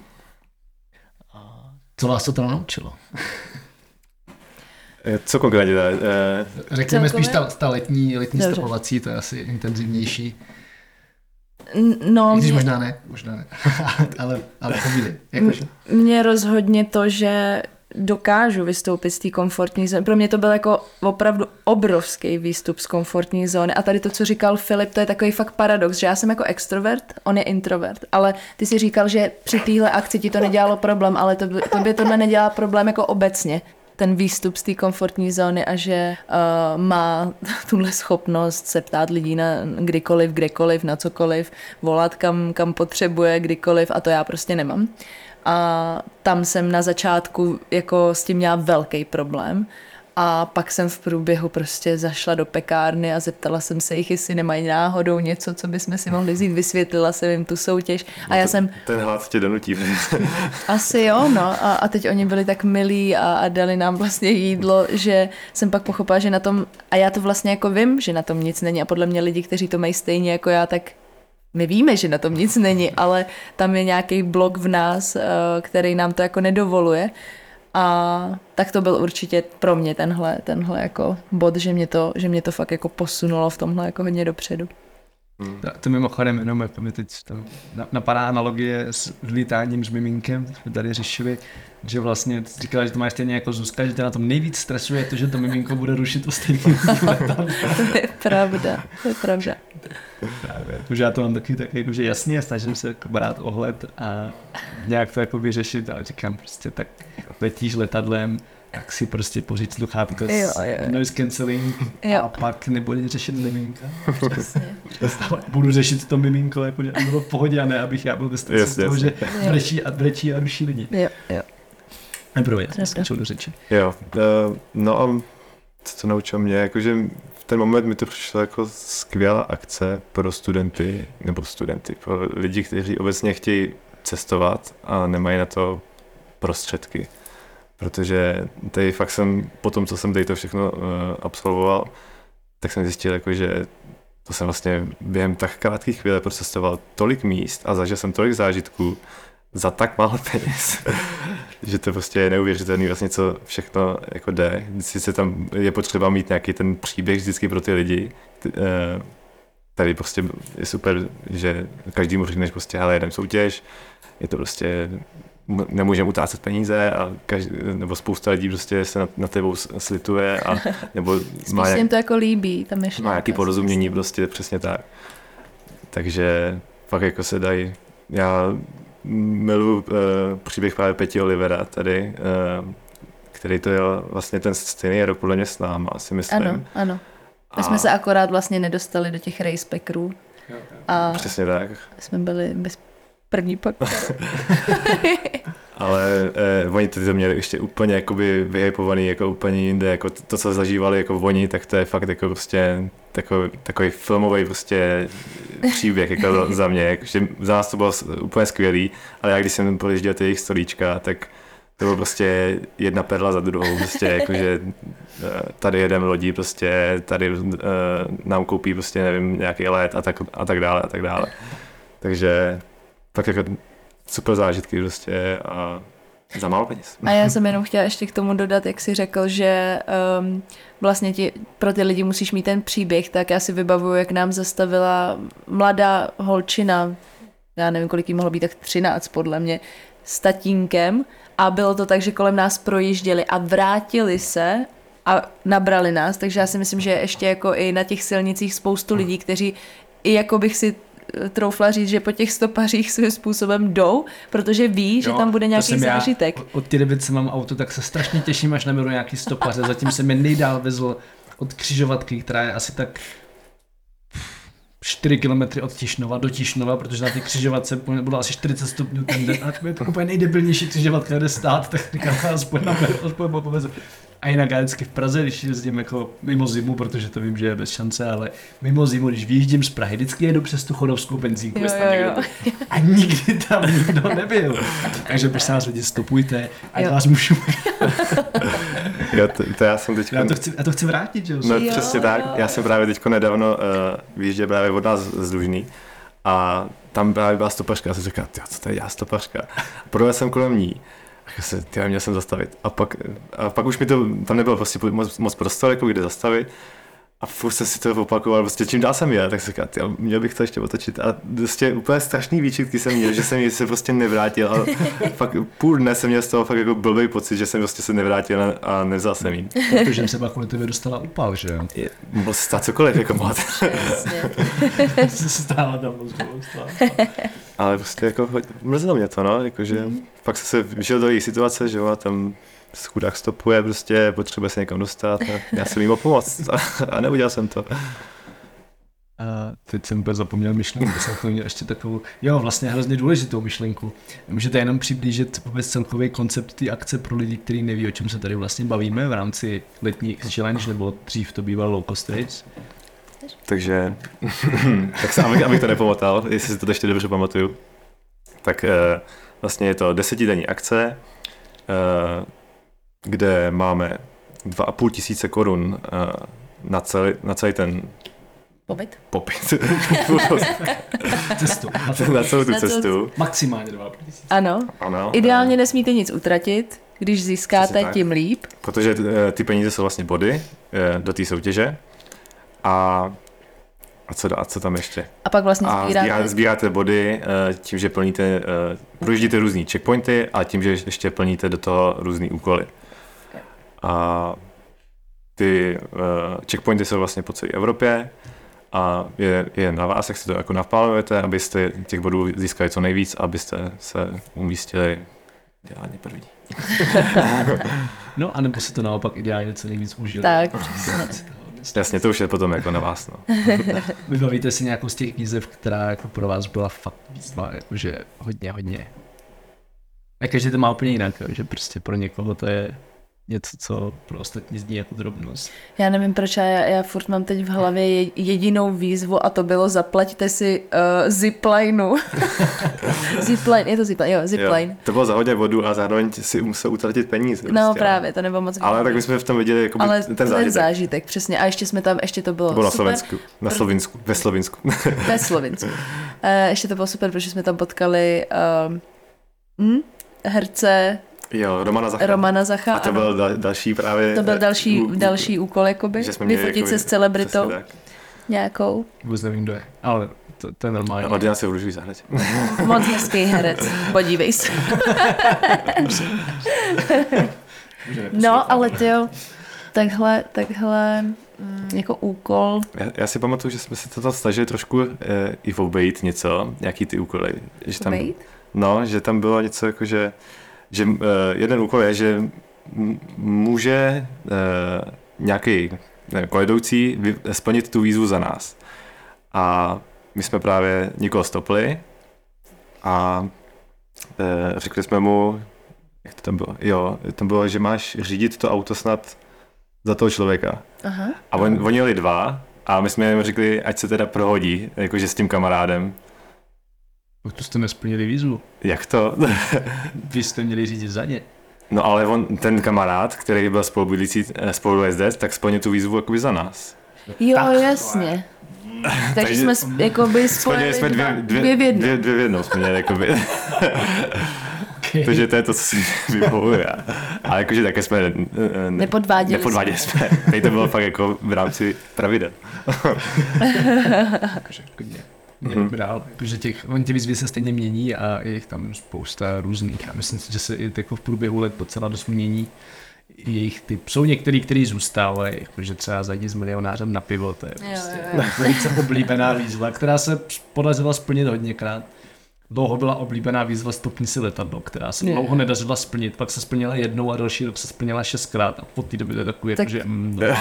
Co vás to teda naučilo? Co konkrétně? Řekněme spíš ta letní stopovací, to je asi intenzivnější. No, když možná ne. ale povídej. Mě rozhodně to, že dokážu vystoupit z té komfortní zóny. Pro mě to byl jako opravdu obrovský výstup z komfortní zóny. A tady to, co říkal Filip, to je takový fakt paradox, že já jsem jako extrovert, on je introvert. Ale ty si říkal, že při téhle akci ti to nedělalo problém, ale tobě tohle nedělá problém jako obecně. Ten výstup z té komfortní zóny a že má tuhle schopnost se ptát lidí na kdykoliv, kdekoliv, na cokoliv, volat kam potřebuje, kdykoliv a to já prostě nemám. A tam jsem na začátku jako s tím měla velký problém a pak jsem v průběhu prostě zašla do pekárny a zeptala jsem se jich, jestli nemají náhodou něco, co bychom si mohli vzít, vysvětlila jsem jim tu soutěž a já jsem... Ten hlad tě donutí. Asi jo, no a teď oni byli tak milí a dali nám vlastně jídlo, že jsem pak pochopila, že na tom, a já to vlastně jako vím, že na tom nic není a podle mě lidi, kteří to mají stejně jako já, tak my víme, že na tom nic není, ale tam je nějaký blok v nás, který nám to jako nedovoluje. A tak to byl určitě pro mě tenhle jako bod, že mě to fakt jako posunulo v tomhle jako hodně dopředu. To mimochodem jenom jako mi teď napadá analogie s lítáním s miminkem, jsme tady řešili, že vlastně říkala, že to máš stejně jako Zuzka, že tě na tom nejvíc stresuje to, že to miminko bude rušit ostatní letadlo. To je pravda. Právě, protože já to mám taky že jasně, snažím se jako brát ohled a nějak to jako vyřešit, ale říkám prostě tak letíš letadlem, tak si prostě pořiď sluchátko s noise cancelling a pak nebudeš řešit miminka. Budu řešit to miminko, jako, že bylo v pohodě a ne, abych já byl ve stresu z toho, že brečí a ruší lidi. Jo. Neprve, já jsem skočil do řeči. Jo, no a co to naučilo mě, jakože v ten moment mi to přišlo jako skvělá akce pro studenty, pro lidi, kteří obecně chtějí cestovat a nemají na to prostředky. Protože tady fakt jsem, po tom, co jsem tady to všechno absolvoval, tak jsem zjistil, jako, že to jsem vlastně během tak krátké chvíle procestoval tolik míst a zažil jsem tolik zážitků za tak málo peněz, že to prostě je neuvěřitelný vlastně, co všechno jako jde. Sice tam je potřeba mít nějaký ten příběh vždycky pro ty lidi. Tady prostě je super, že každému řekneš prostě, hele, jedem soutěž, je to prostě, nemůžeme utácet peníze a nebo spousta lidí prostě se na tebou slituje a nebo má jim to jako líbí, tam má nějaký porozumění, prostě přesně tak. Takže fakt jako se dají, já miluji příběh právě Peti Olivera tady, který to je vlastně ten stejný rok podle mě s náma, asi myslím. Ano. My jsme se akorát vlastně nedostali do těch racepackerů. A přesně tak. jsme byli bez první packer. Ale oni to měli ještě úplně jakoby vyhypovaný jako úplně jinde, jako to, co zažívali jako oni, tak to je fakt jako prostě takový filmový prostě příběh jako za mě, jakože za nás to bylo úplně skvělý, ale já když jsem projížděl ty jejich stolíčka, tak to bylo prostě jedna perla za druhou, prostě jakože tady jedeme lodí, prostě tady nám koupí prostě nevím nějaký let a tak dále. Takže tak jako super zážitky prostě a za málo peněz. A já jsem jenom chtěla ještě k tomu dodat, jak jsi řekl, že vlastně pro ty lidi musíš mít ten příběh, tak já si vybavuju, jak nám zastavila mladá holčina, já nevím, kolik jí mohlo být, tak 13 podle mě, s tatínkem a bylo to tak, že kolem nás projížděli a vrátili se a nabrali nás, takže já si myslím, že ještě jako i na těch silnicích spoustu lidí, kteří i jako bych si troufla říct, že po těch stopařích svým způsobem jdou, protože ví, že tam bude nějaký zážitek. Od té doby, co mám auto, tak se strašně těším, až naberu nějaký stopaře. Zatím se mi nejdál vezl od křižovatky, která je asi tak 4 kilometry od Tišnova do Tišnova, protože na té křižovatce bylo asi 40 stupňů ten den. A to je úplně nejdebilnější křižovatka, kde stát, tak říkám, aspoň povezu. A jinak já vždycky v Praze, když jezdím jako mimo zimu, protože to vím, že je bez šance, ale mimo zimu, když vyjíždím z Prahy, vždycky jedu přes tu chodovskou benzínku. A nikdy tam nikdo nebyl. Takže když se nás lidi stopujte, ať vás můžu. To já jsem teďko... Já to chci vrátit, že jo? No přesně tak. Já jsem právě teďko nedávno vyjížděl právě od nás z Lužný a tam právě byla stopařka. Já jsem říkal, co tady dělá stopařka? Projel jsem kolem ní. Měl jsem zastavit. A pak už mi to, tam nebylo prostě moc prostor, jako kde zastavit. A furt jsem si to opakoval, prostě čím dál jsem jel, tak jsem říkal, měl bych to ještě otočit. A prostě úplně strašný výčitky jsem měl, že jsem se prostě nevrátil. A fakt půl dne jsem měl z toho fakt jako blbý pocit, že jsem prostě se nevrátil a nevzal jsem jí. Protože se pak kvůli tebe dostala upal, že jo? Mohlo se stát cokoliv, jako moc. Se stála tam Ale prostě jako mrzelo mě to, no, jakože pak jsem se vyšel do jejich situace, že jo, a tam chudák stopuje, prostě potřebuje se někam dostat a já jsem jim pomoct a neudělal jsem to. A teď jsem úplně zapomněl myšlenku, jsem to měl ještě takovou, vlastně hrozně důležitou myšlenku. Můžete jenom přiblížit vůbec celkový koncept té akce pro lidi, kteří neví, o čem se tady vlastně bavíme v rámci letní challenge, nebo dřív to býval low cost race. Takže, abych to nepomotal, jestli si to ještě dobře pamatuju, tak vlastně je to 10denní akce, kde máme 2 500 korun na celý ten pobyt. Cestu. Na celou tu cestu. Maximálně 2 500. Ano. Ideálně nesmíte nic utratit, když získáte, tím líp. Protože ty peníze jsou vlastně body do té soutěže. A co tam ještě? A pak vlastně sbíráte body tím, že projíždíte různý checkpointy a tím, že ještě plníte do toho různý úkoly. A ty checkpointy jsou vlastně po celé Evropě a je na vás, jak si to jako naplánujete, abyste těch bodů získali co nejvíc, abyste se umístili ideálně první. No a nebo se to naopak ideálně co nejvíc užili. Tak, jasně, to už je potom jako na vás. No. Vybavíte si nějakou z těch výzev, která jako pro vás byla fakt výzva, jakože hodně. A každý to má úplně jinak, že prostě pro někoho to je něco, co pro ostatní zní jako drobnost. Já nevím proč, já furt mám teď v hlavě jedinou výzvu a to bylo zaplaťte si ziplineu. Zipline, je to zipline? Jo, zipline. Jo, to bylo za hodně vodu a zároveň si musel utratit peníze. No prostě, právě, to nebylo moc. Ale tak my jsme v tom viděli jakoby ale ten zážitek. Přesně. A ještě jsme tam, to bylo to bylo super. na Slovensku, ve Slovinsku. Ve Slovinsku. Ještě to bylo super, protože jsme tam potkali herce Jo, Romana Zacha. A to byl další právě... To byl další úkol, jakoby. Vyfotit se s celebritou. Nějakou. Vůbec nevím, kdo je, ale to je normální. Od nás se v růžový zahradě. Moc hezký herec, podívej se. No, ale tyjo, takhle jako úkol. Já si pamatuju, že jsme se toto snažili trošku i obejít něco, nějaký ty úkoly. Že tam, že tam bylo něco jako, že jeden úkol je, že může nějaký koledoucí splnit tu výzvu za nás. A my jsme právě někoho stopli a řekli jsme mu, jak to tam bylo? Jo, tam bylo, že máš řídit to auto snad za toho člověka. Aha. A oni jeli 2 a my jsme jim řekli, ať se teda prohodí, jakože s tím kamarádem. To jste nesplnili výzvu. Jak to? Vy jste měli řídit za ně. No ale ten kamarád, který byl spolujezdec, tak splnil tu výzvu jakoby za nás. Jo, jasně. Takže jsme jakoby spojili dvě v jednom. Dvě v jednom jsme měli jakoby. Okay. Takže to je to, co si vyhovuje. Ale jakože také jsme nepodváděli jsme. Tady to bylo fakt jako v rámci pravidel. Protože ty výzvy se stejně mění a je jich tam spousta různých. A myslím si, že se i jako v průběhu let docela dost mění jejich typ. Jsou některý, který zůstávají, jakože třeba zajít s milionářem na pivo, to je prostě velice oblíbená výzva, která se podařila splnit hodněkrát. Dlouho byla oblíbená výzva Stopni si letadlo, která se dlouho nedařila splnit, pak se splnila jednou a další rok se splnila 6krát a po té době to je takový, tak... jakože...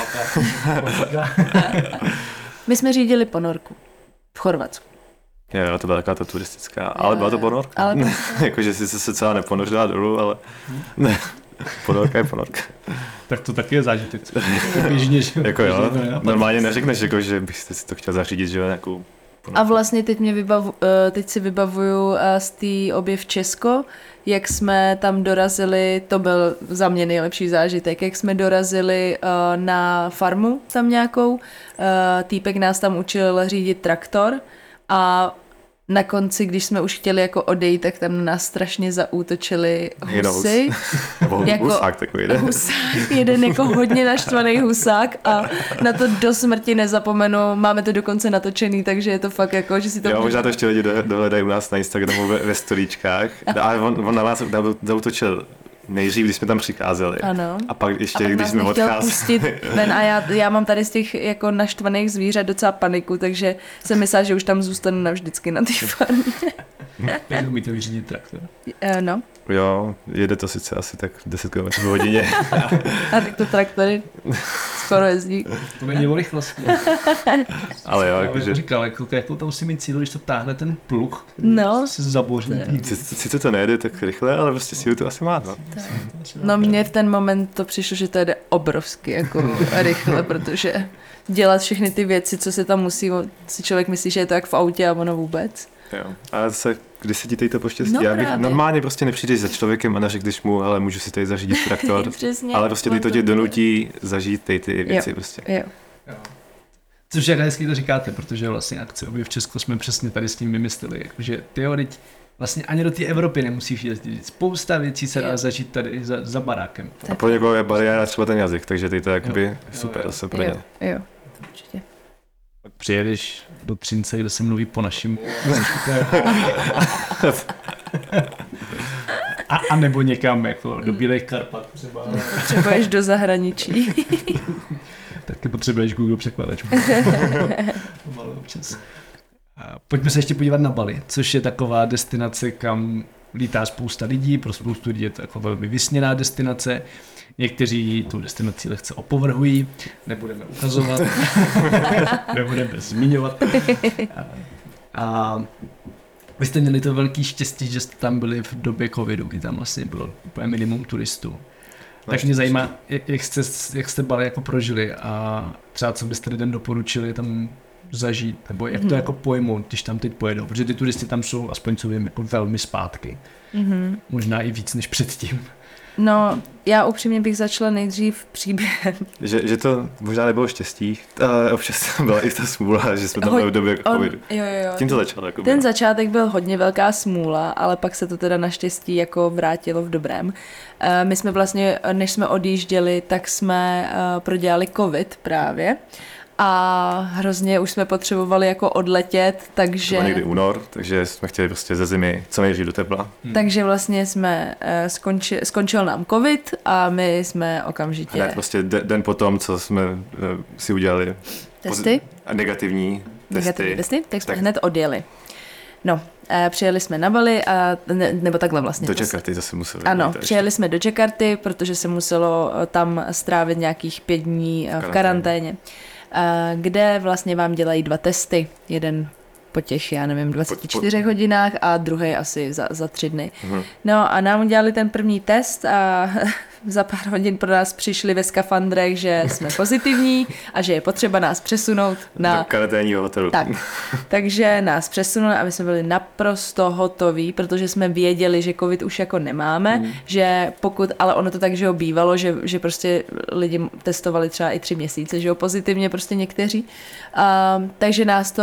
My jsme řídili ponorku v Chorvatsku. Jo, to byla taková ta turistická, ale byla to ponorka. Jakože si se celá neponořila dolů, ale ne, ponorka je ponorka. Tak to taky je zážitek. Běžně, jako jo, normálně neřekneš, jako, že byste si to chtěl zařídit, že jo, nějakou ponorku. A vlastně teď si vybavuju z té objev Česko, jak jsme tam dorazili, to byl za mě nejlepší zážitek, jak jsme dorazili na farmu tam nějakou, týpek nás tam učil řídit traktor a na konci, když jsme už chtěli jako odejít, tak tam na nás strašně zaútočili husy. Jako husák takový, ne? Husák, jeden jako hodně naštvaný husák a na to do smrti nezapomenu. Máme to dokonce natočený, takže je to fakt jako, že si to... Jo, možná to ještě lidi dohledají u nás na Instagramu ve storíčkách. Ale on na nás zaútočil nejdřív, když jsme tam přicházeli. Ano. A pak ještě, když jsme odcházeli. A já mám tady z těch jako naštvaných zvířat docela paniku, takže jsem myslela, že už tam zůstanu navždycky na té farmě. Jak umíte vyřídit traktor? No. Jo, jede to sice asi tak 10 km v hodině. A tak to traktory skoro jezdí. To není o rychlosti. Ale jo, jakože... Říkal, jakou tam musí mít cílu, když to táhne ten pluh. No. Se zaboří. Sice to nejde tak rychle, ale prostě sílu to asi má, no. No mně v ten moment to přišlo, že to jede obrovsky jako rychle, protože dělat všechny ty věci, co se tam musí, si člověk myslí, že je to jak v autě a ono vůbec. Jo, ale zase, když se ti tady to poštěstí, no, já bych normálně prostě nepřijdeš za člověkem a neřekneš mu, ale můžu si tady zařídit traktor, přesně, ale prostě to tě donutí zažít ty věci jo, prostě. Jo. Což jak hezky to říkáte, protože vlastně akci Objev Česko jsme přesně tady s tím vymysleli, jakože teorit vlastně ani do té Evropy nemusíš jezdit. Spousta věcí se dá zažít tady za barákem. A pro někoho je bariéra třeba ten jazyk, takže teď to je jakoby super zase pro ně. Jo, určitě. Pak přijedeš do Třince, kde se mluví po našim. a nebo někam jako do Bílých Karpat třeba. Potřebuješ do zahraničí. Taky potřebuješ Google překladač. Pojďme se ještě podívat na Bali, což je taková destinace, kam lítá spousta lidí, pro spoustu lidí je to jako velmi vysněná destinace. Někteří tu destinaci lehce opovrhují, nebudeme ukazovat, nebudeme zmiňovat. A vy jste měli to velký štěstí, že jste tam byli v době covidu, kdy tam vlastně bylo úplně minimum turistů. Tak mě zajímá, jak jste Bali jako prožili a třeba co byste lidem doporučili tam zažít, nebo jak to jako pojmout, když tam teď pojedou, protože ty turisti tam jsou, aspoň co vím, jako velmi zpátky. Možná i víc než předtím. No, já upřímně bych začala nejdřív příběhem. Že to možná nebylo štěstí, ale občas byla i ta smůla, že jsme tam byli v době covidu. Jo. Tím to začalo. Jako ten začátek byl hodně velká smůla, ale pak se to teda naštěstí jako vrátilo v dobrém. My jsme vlastně, než jsme odjížděli, tak jsme prodělali covid právě. A hrozně už jsme potřebovali jako odletět, takže... To byl někdy únor, takže jsme chtěli prostě ze zimy co nejdřív do tepla. Takže vlastně jsme skončil nám covid a my jsme okamžitě... Hned prostě den potom, co jsme si udělali testy? Negativní testy. Tak jsme hned odjeli. No, přijeli jsme na Bali, nebo takhle vlastně. Do Jakarty zase museli. Ano, přijeli jsme do Jakarty, protože se muselo tam strávit nějakých 5 dní v karanténě. Kde vlastně vám dělají 2 testy. Jeden po těch, já nevím, 24 hodinách a druhý asi za 3 dny. No a nám udělali ten první test a za pár hodin pro nás přišli ve skafandrech, že jsme pozitivní a že je potřeba nás přesunout na... Do karanténního hotelu. Tak, takže nás přesunuli a my jsme byli naprosto hotoví, protože jsme věděli, že covid už jako nemáme, že pokud, ale ono to tak, že ho bývalo, že prostě lidi testovali třeba i 3 měsíce, že jo, pozitivně prostě někteří. Takže nás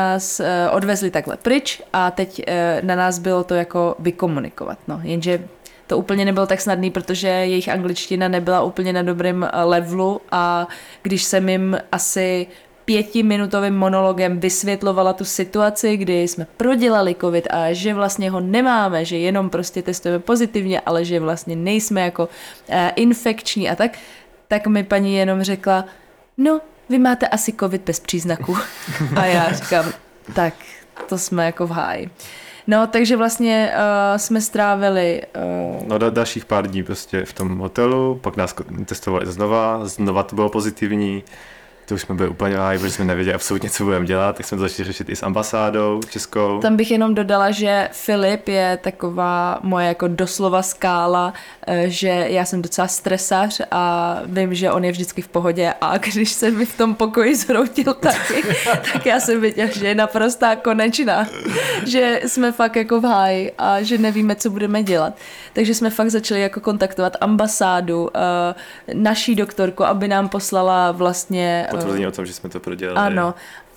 odvezli takhle pryč a teď na nás bylo to jako vykomunikovat, no, jenže to úplně nebylo tak snadný, protože jejich angličtina nebyla úplně na dobrém levelu a když jsem jim asi 5minutovým monologem vysvětlovala tu situaci, kdy jsme prodělali covid a že vlastně ho nemáme, že jenom prostě testujeme pozitivně, ale že vlastně nejsme jako infekční a tak mi paní jenom řekla, no, vy máte asi covid bez příznaků. A já říkám, tak to jsme jako v háji. No, takže vlastně jsme strávili... No dalších pár dní prostě v tom hotelu, pak nás testovali znova to bylo pozitivní, to už jsme byli úplně háji, protože jsme nevěděli absolutně, co budeme dělat, tak jsme to začali řešit i s ambasádou českou. Tam bych jenom dodala, že Filip je taková moje jako doslova skála, že já jsem docela stresař a vím, že on je vždycky v pohodě a když se mi v tom pokoji zhroutil taky, tak já jsem viděla, že je naprostá konečná, že jsme fakt jako v háji a že nevíme, co budeme dělat. Takže jsme fakt začali jako kontaktovat ambasádu, naší doktorku, aby nám poslala vlastně... Potvrzení o tom, že jsme to prodělali. Ano.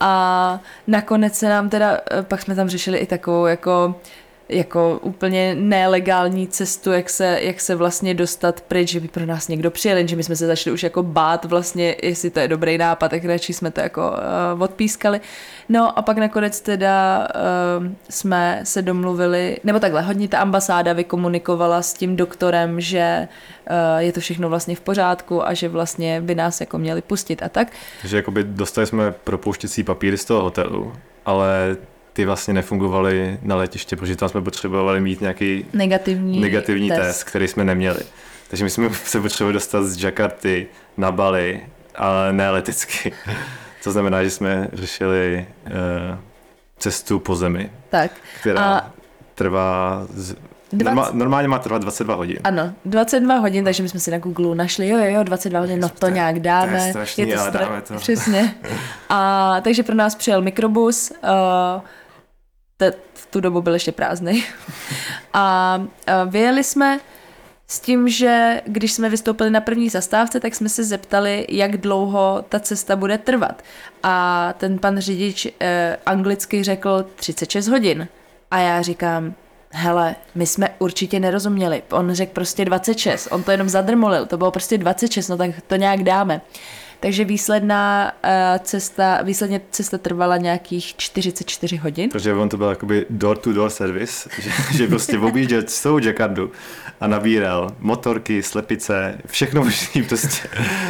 A nakonec se nám teda, pak jsme tam řešili i takovou jako úplně nelegální cestu, jak se vlastně dostat pryč, že by pro nás někdo přijel, že my jsme se začali už jako bát vlastně, jestli to je dobrý nápad, tak radši jsme to jako odpískali. No a pak nakonec teda jsme se domluvili, nebo takhle, hodně ta ambasáda vykomunikovala s tím doktorem, že je to všechno vlastně v pořádku a že vlastně by nás jako měli pustit a tak. Takže jakoby dostali jsme propouštěcí papíry z toho hotelu, ale ty vlastně nefungovaly na letiště, protože tam jsme potřebovali mít nějaký negativní test, který jsme neměli. Takže my jsme se potřebovali dostat z Jakarty na Bali, ale ne letecky. To znamená, že jsme řešili cestu po zemi, která trvá... Normálně má trvat 22 hodin. Ano, 22 hodin, takže my jsme si na Google našli, jo, 22 hodin, no to nějak dáme. To je strašný, ale dáme to. Přesně. A takže pro nás přijel mikrobus, v tu dobu byl ještě prázdnej. A vyjeli jsme s tím, že když jsme vystoupili na první zastávce, tak jsme se zeptali, jak dlouho ta cesta bude trvat. A ten pan řidič anglicky řekl 36 hodin. A já říkám, hele, my jsme určitě nerozuměli. On řekl prostě 26, on to jenom zadrmolil, to bylo prostě 26, no tak to nějak dáme. Takže výsledně cesta trvala nějakých 44 hodin. Protože on to byl jakoby door-to-door service, že prostě objížděl celou Jakartu a nabíral motorky, slepice, všechno možný prostě.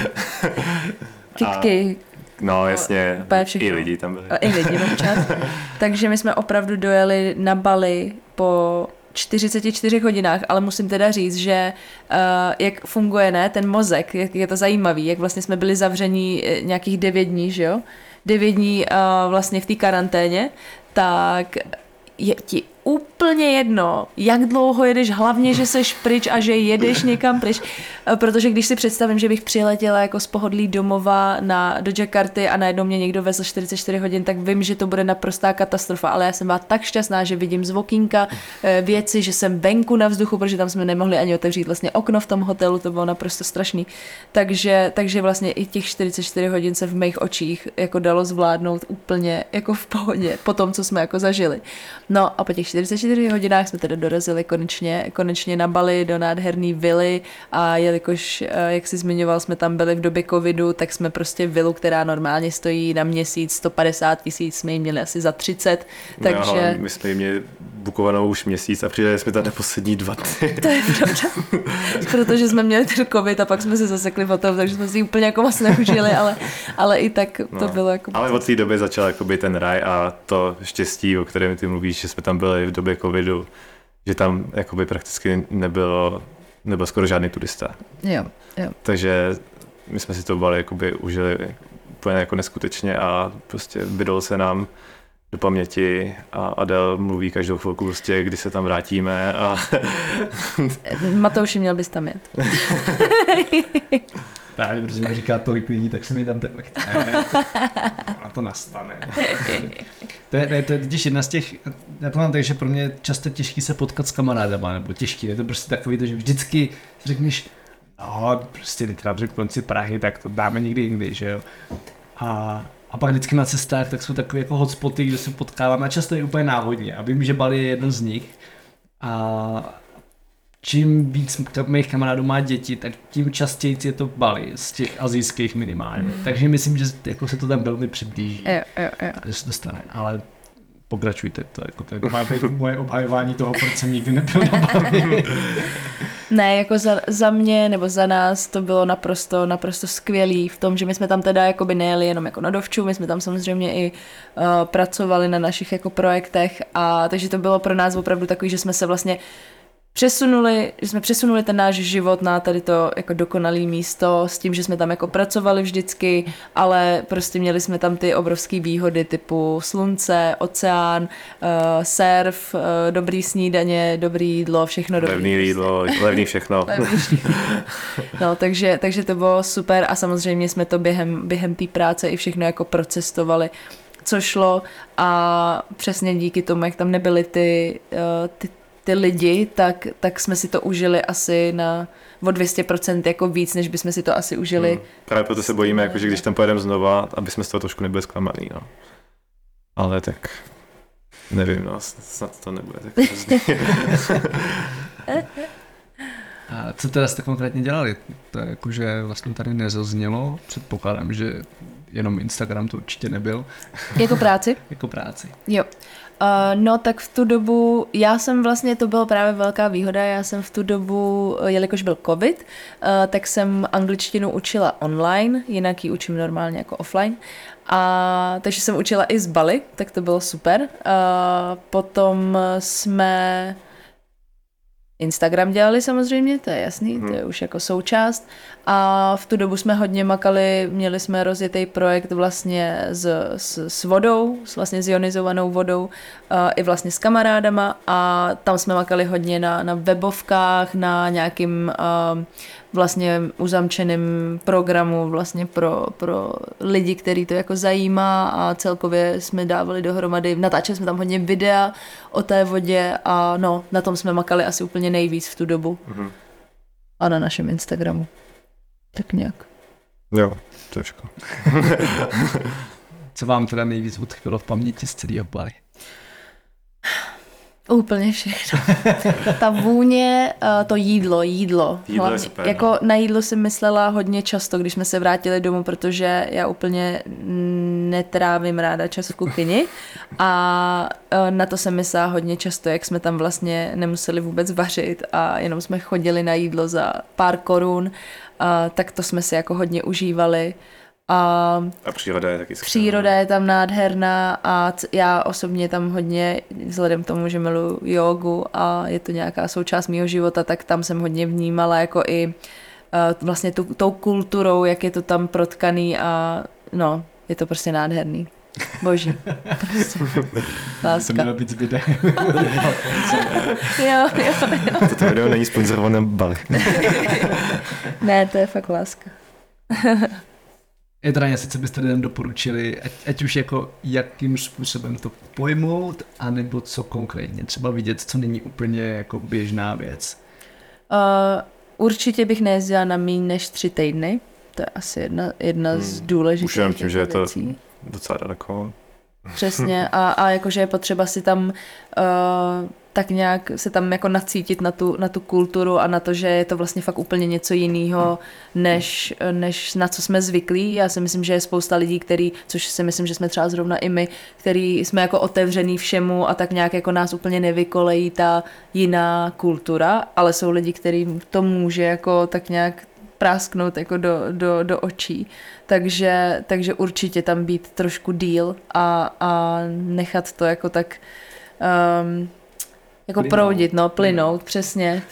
Kytky. No jasně, i lidi tam byli. I lidi občas. Takže my jsme opravdu dojeli na Bali po 44 hodinách, ale musím teda říct, že jak funguje ten mozek, jak je to zajímavý, jak vlastně jsme byli zavření nějakých 9 dní, že jo? 9 dní vlastně v té karanténě, tak ti úplně jedno, jak dlouho jedeš, hlavně, že seš pryč a že jedeš někam pryč, protože když si představím, že bych přiletěla jako z pohodlí domova do Jakarty a najednou mě někdo vezl 44 hodin, tak vím, že to bude naprostá katastrofa, ale já jsem byla tak šťastná, že vidím z okýnka věci, že jsem venku na vzduchu, protože tam jsme nemohli ani otevřít vlastně okno v tom hotelu, to bylo naprosto strašný. Takže vlastně i těch 44 hodin se v mých očích jako dalo zvládnout úplně jako v pohodě, po tom, co jsme jako zažili. No a po těch 44 hodinách jsme tedy dorazili konečně na Bali do nádherný vily a jelikož, jak si zmiňoval, jsme tam byli v době covidu, tak jsme prostě vilu, která normálně stojí na měsíc 150 000, jsme ji měli asi za 30, takže... No, my jsme ji měli bukovanou už měsíc a přijeli jsme tady poslední 2 dny. To je pravda, protože jsme měli ten covid a pak jsme se zasekli v hotelu, takže jsme si ji úplně jako moc neužili, ale i tak to bylo jako... Ale od té doby začal jakoby ten raj a to štěstí, o kterém ty mluvíš, že jsme tam byli v době covidu, že tam jakoby prakticky nebyl skoro žádný turista. Jo. Takže my jsme si to Bali jakoby užili úplně jako neskutečně a prostě vydalo se nám do paměti a Adel mluví každou chvilku prostě, kdy se tam vrátíme a... Matouši, měl bys tam jet. Právě, protože mi říká tolik lidí, tak se mi tam teďka a to nastane. To je totiž jedna z těch, já to mám tak, že pro mě je často těžký se potkat s kamarádama, nebo těžký, je to prostě takový to, že vždycky řekneš, no, prostě teda v konci Prahy, tak to dáme někdy jindy, že jo. A pak vždycky na cestách, tak jsou takové jako hotspoty, kde se potkáváme a často je úplně náhodně. A vím, že Bali je jeden z nich. A čím víc mých kamarádů má děti, tak tím častěji je to Bali, z těch asijských minimálně. Takže myslím, že jako se to tam velmi přiblíží. Jo. Že se to stane, ale pokračujte, to je moje obhajování toho, proč jsem nikdy nebyl na Bali. Ne, jako za mě nebo za nás to bylo naprosto skvělý v tom, že my jsme tam teda jakoby nejeli jenom jako na dovču, my jsme tam samozřejmě i pracovali na našich jako projektech a takže to bylo pro nás opravdu takový, že jsme se vlastně přesunuli ten náš život na tady to jako dokonalé místo s tím, že jsme tam jako pracovali vždycky, ale prostě měli jsme tam ty obrovské výhody typu slunce, oceán, surf, dobrý snídaně, dobrý jídlo, všechno dobrý. Levný jídlo, levný všechno. No, takže to bylo super a samozřejmě jsme to během té práce i všechno jako procestovali, co šlo a přesně díky tomu, jak tam nebyly ty lidi, tak jsme si to užili asi o 200% jako víc, než bychom si to asi užili. Právě proto se bojíme, jako, že když tam pojedeme znova, aby jsme z toho trošku nebyli zklamaný. No. Ale tak nevím, no, snad to nebude tak hrozný. A co teda jste konkrétně dělali? To je jako, že vlastně tady nezaznělo, předpokládám, že jenom Instagram to určitě nebyl. Jako práci? Jako práci. Jo. No tak v tu dobu, to byla právě velká výhoda, já jsem v tu dobu, jelikož byl covid, tak jsem angličtinu učila online, jinak ji učím normálně jako offline. Takže jsem učila i z Bali, tak to bylo super. Potom jsme Instagram dělali samozřejmě, to je jasný, to je už jako součást. A v tu dobu jsme hodně makali, měli jsme rozjetý projekt vlastně s vodou, vlastně s ionizovanou vodou, i vlastně s kamarádama a tam jsme makali hodně na webovkách, na nějakým vlastně uzamčeným programu vlastně pro lidi, který to jako zajímá a celkově jsme dávali dohromady, natáčeli jsme tam hodně videa o té vodě a no, na tom jsme makali asi úplně nejvíc v tu dobu. A na našem Instagramu. Tak nějak. Jo, to je všechno. Co vám teda nejvíc utkvělo v paměti z celého Bali? Úplně všechno. Ta vůně, to jídlo. Jídlo je super. Jako na jídlo jsem myslela hodně často, když jsme se vrátili domů, protože já úplně netrávím ráda čas v kuchyni a na to jsem myslela hodně často, jak jsme tam vlastně nemuseli vůbec vařit a jenom jsme chodili na jídlo za pár korun, tak to jsme si jako hodně užívali. A příroda je taky skvělá. Příroda je tam nádherná a já osobně tam hodně, vzhledem k tomu, že miluji jógu a je to nějaká součást mýho života, tak tam jsem hodně vnímala jako i vlastně tou kulturou, jak je to tam protkaný a no, je to prostě nádherný. Boží. Prostě. Láska. To mělo být video. Jo. Toto video není sponzorované Bali. Ne, to je fakt láska. Je teda něco, co byste lidem doporučili, ať už jako jakým způsobem to pojmout, anebo co konkrétně, třeba vidět, co není úplně jako běžná věc. Určitě bych nejezdila na míň než 3 týdny. To je asi jedna z důležitých Už jenom tím, že je to věcí. docela daleko. Přesně a jakože je potřeba si tam tak nějak se tam jako nacítit na tu kulturu a na to, že je to vlastně fakt úplně něco jiného, než na co jsme zvyklí. Já si myslím, že je spousta lidí, což si myslím, že jsme třeba zrovna i my, který jsme jako otevřený všemu a tak nějak jako nás úplně nevykolejí ta jiná kultura, ale jsou lidi, kterým to může jako tak nějak prásknout jako do očí. Takže určitě tam být trošku díl a nechat to jako tak jako proudit, plynout, přesně.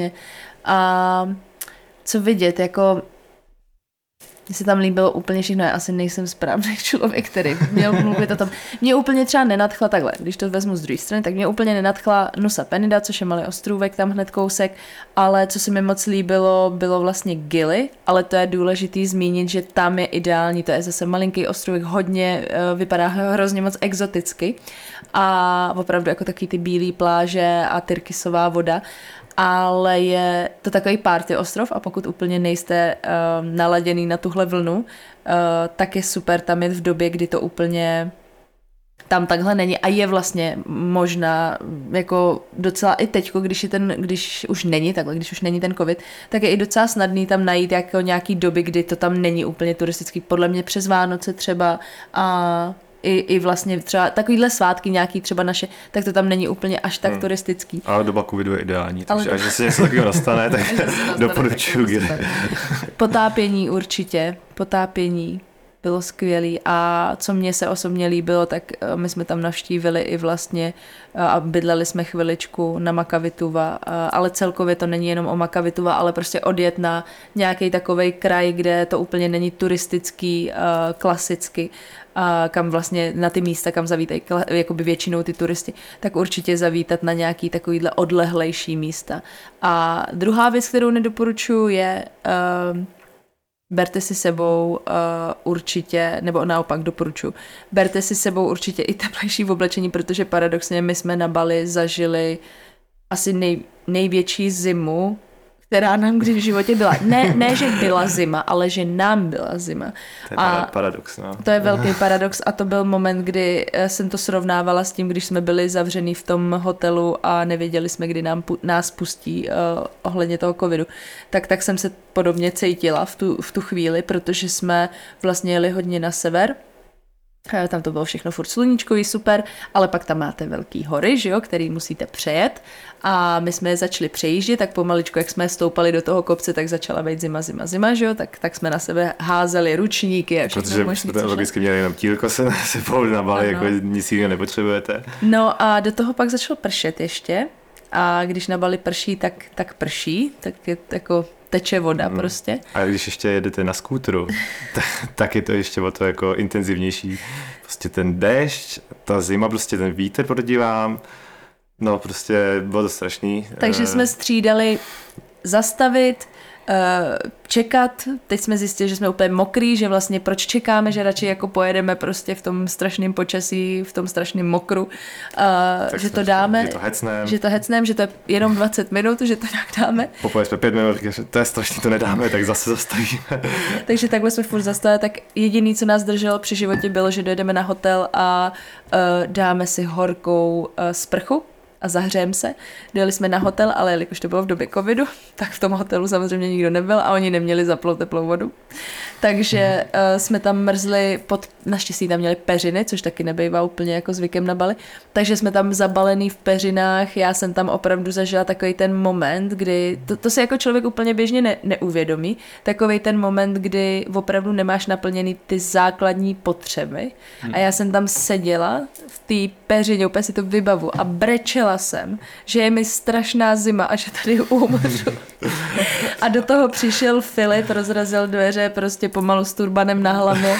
A co vidět, jako mně se tam líbilo úplně všechno, já asi nejsem správný člověk, který měl mluvit o tom. Mě úplně třeba nenadchla takhle, když to vezmu z druhé strany, tak mě úplně nenadchla Nusa Penida, což je malý ostrůvek, tam hned kousek, ale co se mi moc líbilo, bylo vlastně Gili, ale to je důležitý zmínit, že tam je ideální, to je zase malinký ostrůvek, hodně vypadá hrozně moc exoticky a opravdu jako taky ty bílé pláže a tyrkysová voda. Ale je to takový party ostrov a pokud úplně nejste naladěný na tuhle vlnu, tak je super tam jet v době, kdy to úplně tam takhle není a je vlastně možná jako docela i teďko, když už není takhle, když už není ten covid, tak je i docela snadný tam najít jako nějaký doby, kdy to tam není úplně turistický, podle mě přes Vánoce třeba a i vlastně třeba takovýhle svátky nějaký třeba naše, tak to tam není úplně až tak turistický. Ale doba covidu je ideální, takže až se něco takového nastane, tak doporučuji. Potápění určitě, bylo skvělý a co mně se osobně líbilo, tak my jsme tam navštívili i vlastně a bydleli jsme chviličku na Makavituva, ale celkově to není jenom o Makavituva, ale prostě odjet na nějaký takovej kraj, kde to úplně není turistický, klasicky, kam vlastně na ty místa, kam zavítají jakoby většinou ty turisti, tak určitě zavítat na nějaký takovýhle odlehlejší místa. A druhá věc, kterou nedoporučuji, je berte si sebou určitě, nebo naopak doporučuji, berte si sebou určitě i teplejší oblečení, protože paradoxně my jsme na Bali zažili asi největší zimu, která nám kdy v životě byla. Ne, že byla zima, ale že nám byla zima. To je paradox, no. To je velký paradox a to byl moment, kdy jsem to srovnávala s tím, když jsme byli zavřený v tom hotelu a nevěděli jsme, kdy nás pustí ohledně toho covidu. Tak jsem se podobně cítila v tu chvíli, protože jsme vlastně jeli hodně na sever. Tam to bylo všechno furt sluníčkový, super, ale pak tam máte velký hory, že jo, který musíte přejet a my jsme je začali přejíždět, tak pomaličku, jak jsme stoupali do toho kopce, tak začala být zima, že jo, tak jsme na sebe házeli ručníky a všechno možný. Protože logicky měli jenom tílko se na Bali, jako nic jiného nepotřebujete. No a do toho pak začalo pršet ještě a když na Bali prší, tak prší, tak je jako teče voda prostě. A když ještě jedete na skútru, tak je to ještě o to jako intenzivnější. Prostě ten déšť, ta zima, prostě ten vítr proti vám, no prostě bylo to strašný. Takže jsme střídali zastavit, čekat, teď jsme zjistili, že jsme úplně mokrý, že vlastně proč čekáme, že radši jako pojedeme prostě v tom strašném počasí, v tom strašném mokru, že to dáme, že to hecnem, že to je jenom 20 minut, že to nějak dáme. Popojeli jsme 5 minut, že to je strašný, to nedáme, tak zase zastavíme. Takže takhle jsme furt zastavili, tak jediný, co nás drželo při životě, bylo, že dojedeme na hotel a dáme si horkou sprchu a zahřejeme se. Dojeli jsme na hotel, ale jelikož to bylo v době covidu, tak v tom hotelu samozřejmě nikdo nebyl a oni neměli zaplou teplou vodu. Takže jsme tam mrzli, naštěstí tam měli peřiny, což taky nebývá úplně jako zvykem na Bali, takže jsme tam zabalený v peřinách, já jsem tam opravdu zažila takový ten moment, kdy, to se jako člověk úplně běžně neuvědomí, takový ten moment, kdy opravdu nemáš naplněný ty základní potřeby a já jsem tam seděla v té peřině, úplně si to vybavu a brečela jsem, že je mi strašná zima a že tady umřu. A do toho přišel Filip, rozrazil dveře prostě pomalu s turbanem na hlavě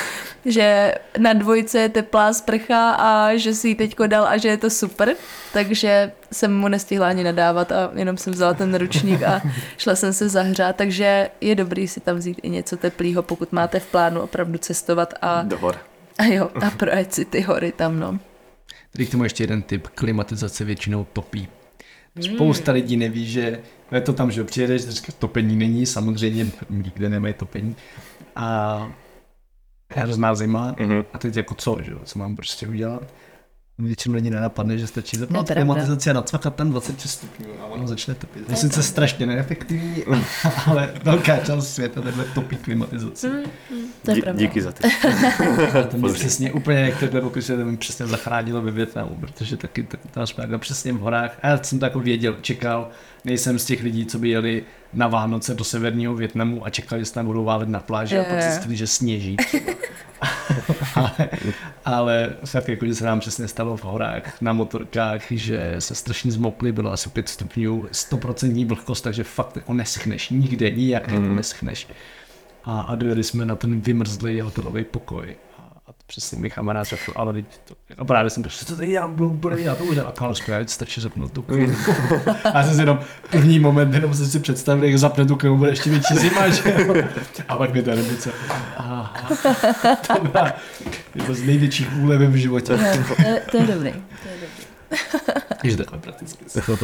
že na dvojce je teplá sprcha a že si ji teďko dal a že je to super, takže jsem mu nestihla ani nadávat a jenom jsem vzala ten ručník a šla jsem se zahřát, takže je dobrý si tam vzít i něco teplýho, pokud máte v plánu opravdu cestovat a do hor. A jo, a projet si ty hory tam, no. Tady k tomu ještě jeden tip, klimatizace většinou topí. Spousta lidí neví, že je to tam, že přijedeš, topení není, samozřejmě nikde nemají topení. A hrozná zima a teď jako co mám prostě udělat? Většinou lidi nenapadne, že stačí zapnout klimatizaci a nacvakat tam 26 stupňů a ono začne topit. To je sice strašně neefektivní, ale velká část světa takhle topí klimatizaci. To je pravda. Díky za ty. To mě přesně úplně, jak takhle popisuje, to mi přesně zachránilo ve Vietnamu, protože taky ta špága přesně v horách. A já jsem to jako věděl, čekal, nejsem z těch lidí, co by jeli na Vánoce do severního Vietnamu a čekali, že se tam budou válet na pláži a pak zjistili, že sněží. ale fakt jako, že se nám přesně stalo v horách na motorkách, že se strašně zmokli, bylo asi 5 stupňů, 100% vlhkost, takže fakt jako neschneš, nikde, nijak jako neschneš. A dojeli jsme na ten vymrzlý hotelový pokoj. A to přesně mi kamarád řekl, ale a právě jsem přišel, co tady já budu dělat, to udělat. A Karolsko, já stačí zapnout tu klimu. A já jsem si jenom první moment, jenom jsem si představil, jak zapne tu klimu, bude ještě větší zima, že jo. A pak mi ta rebice. Je to z největších úlevy v životě. To je dobrý. Jež takhle prakticky.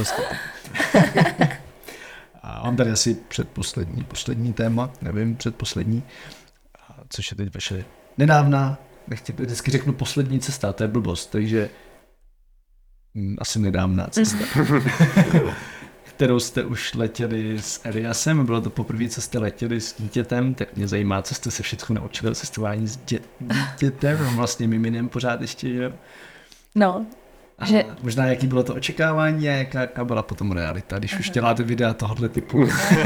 A mám tady asi poslední téma, nevím, předposlední, což je teď vaše nedávná, vždycky řeknu poslední cesta, to je blbost, takže asi nedávná cesta, kterou jste už letěli s Eliasem, bylo to poprvé, co jste letěli s dítětem, tak mě zajímá, co jste se všechno naučili o cestování s dítětem, vlastně miminem pořád ještě, že? No. Že... Možná jaký bylo to očekávání a jaká byla potom realita, když už děláte videa tohoto typu.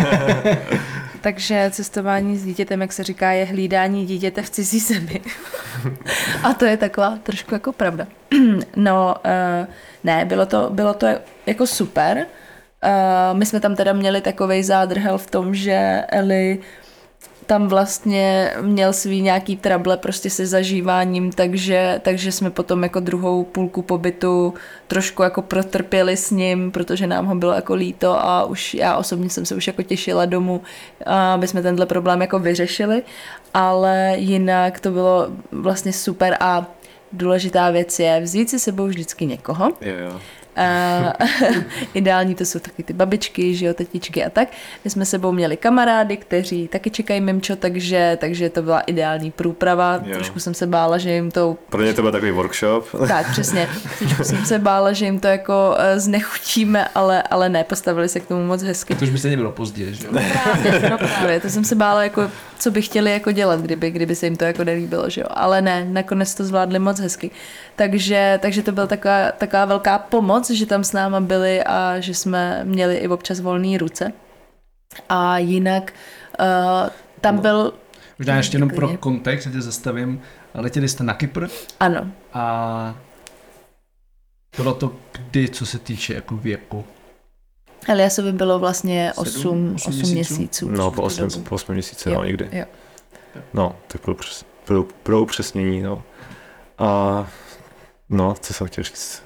Takže cestování s dítětem, jak se říká, je hlídání dítěte v cizí zemi. A to je taková trošku jako pravda. No, ne, bylo to jako super. My jsme tam teda měli takovej zádrhel v tom, že Eli tam vlastně měl svý nějaký trable prostě se zažíváním, takže jsme potom jako druhou půlku pobytu trošku jako protrpěli s ním, protože nám ho bylo jako líto a už já osobně jsem se už jako těšila domů, aby jsme tenhle problém jako vyřešili, ale jinak to bylo vlastně super a důležitá věc je vzít si sebou vždycky někoho. Jo. Ideální to jsou taky ty babičky, že jo, tetičky a tak. My jsme sebou měli kamarády, kteří taky čekají mimčo, takže to byla ideální průprava. Jo. Trošku jsem se bála, že jim to... Pro mě to byl takový workshop. Tak, přesně. Trošku jsem se bála, že jim to jako znechutíme, ale ne, postavili se k tomu moc hezky. To už by se nebylo pozdě, že jo? Právě, to jsem se bála, jako, co by chtěli jako dělat, kdyby se jim to jako nelíbilo, že jo. Ale ne, nakonec to zvládli moc hezky. Takže to byla taková velká pomoc, že tam s náma byli a že jsme měli i občas volné ruce. A jinak tam byl... Možná ještě jenom pro kontext, že zastavím, letěli jste na Kypr. Ano. A bylo to kdy, co se týče jako věku? Eliasovi bylo vlastně 8 měsíců. No, po 8 měsíce, no, někdy. Jo. No, tak pro upřesnění, no. A... No, co jsem chtěl říct?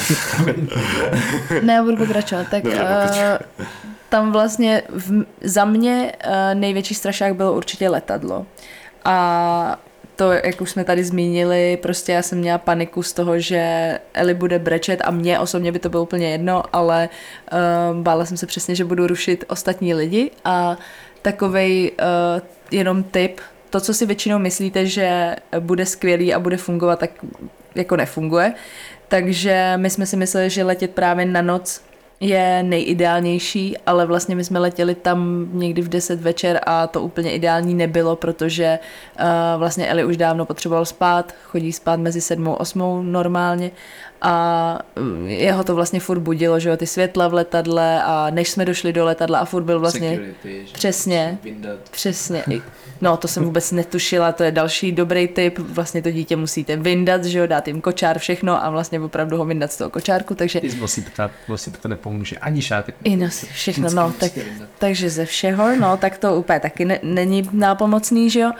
Ne, já budu pokračovat. Tak tam vlastně za mě největší strašák bylo určitě letadlo. A to, jak už jsme tady zmínili, prostě já jsem měla paniku z toho, že Eli bude brečet a mně osobně by to bylo úplně jedno, ale bála jsem se přesně, že budu rušit ostatní lidi a takovej jenom tip, to, co si většinou myslíte, že bude skvělý a bude fungovat, tak jako nefunguje. Takže my jsme si mysleli, že letět právě na noc je nejideálnější, ale vlastně my jsme letěli tam někdy v 10 večer a to úplně ideální nebylo, protože vlastně Eli už dávno potřeboval spát, chodí spát mezi 7 a 8 normálně a jeho to vlastně furt budilo, že jo, ty světla v letadle a než jsme došli do letadla a furt byl vlastně security, přesně. No, to jsem vůbec netušila, to je další dobrý tip, vlastně to dítě musíte vyndat, že jo, dát jim kočár, všechno a vlastně opravdu ho vyndat z toho kočárku, takže... Ty vlastně to nepomůže, ani šátek. I nosi všechno, no, takže ze všeho, no, tak to úplně taky není nápomocný, že jo.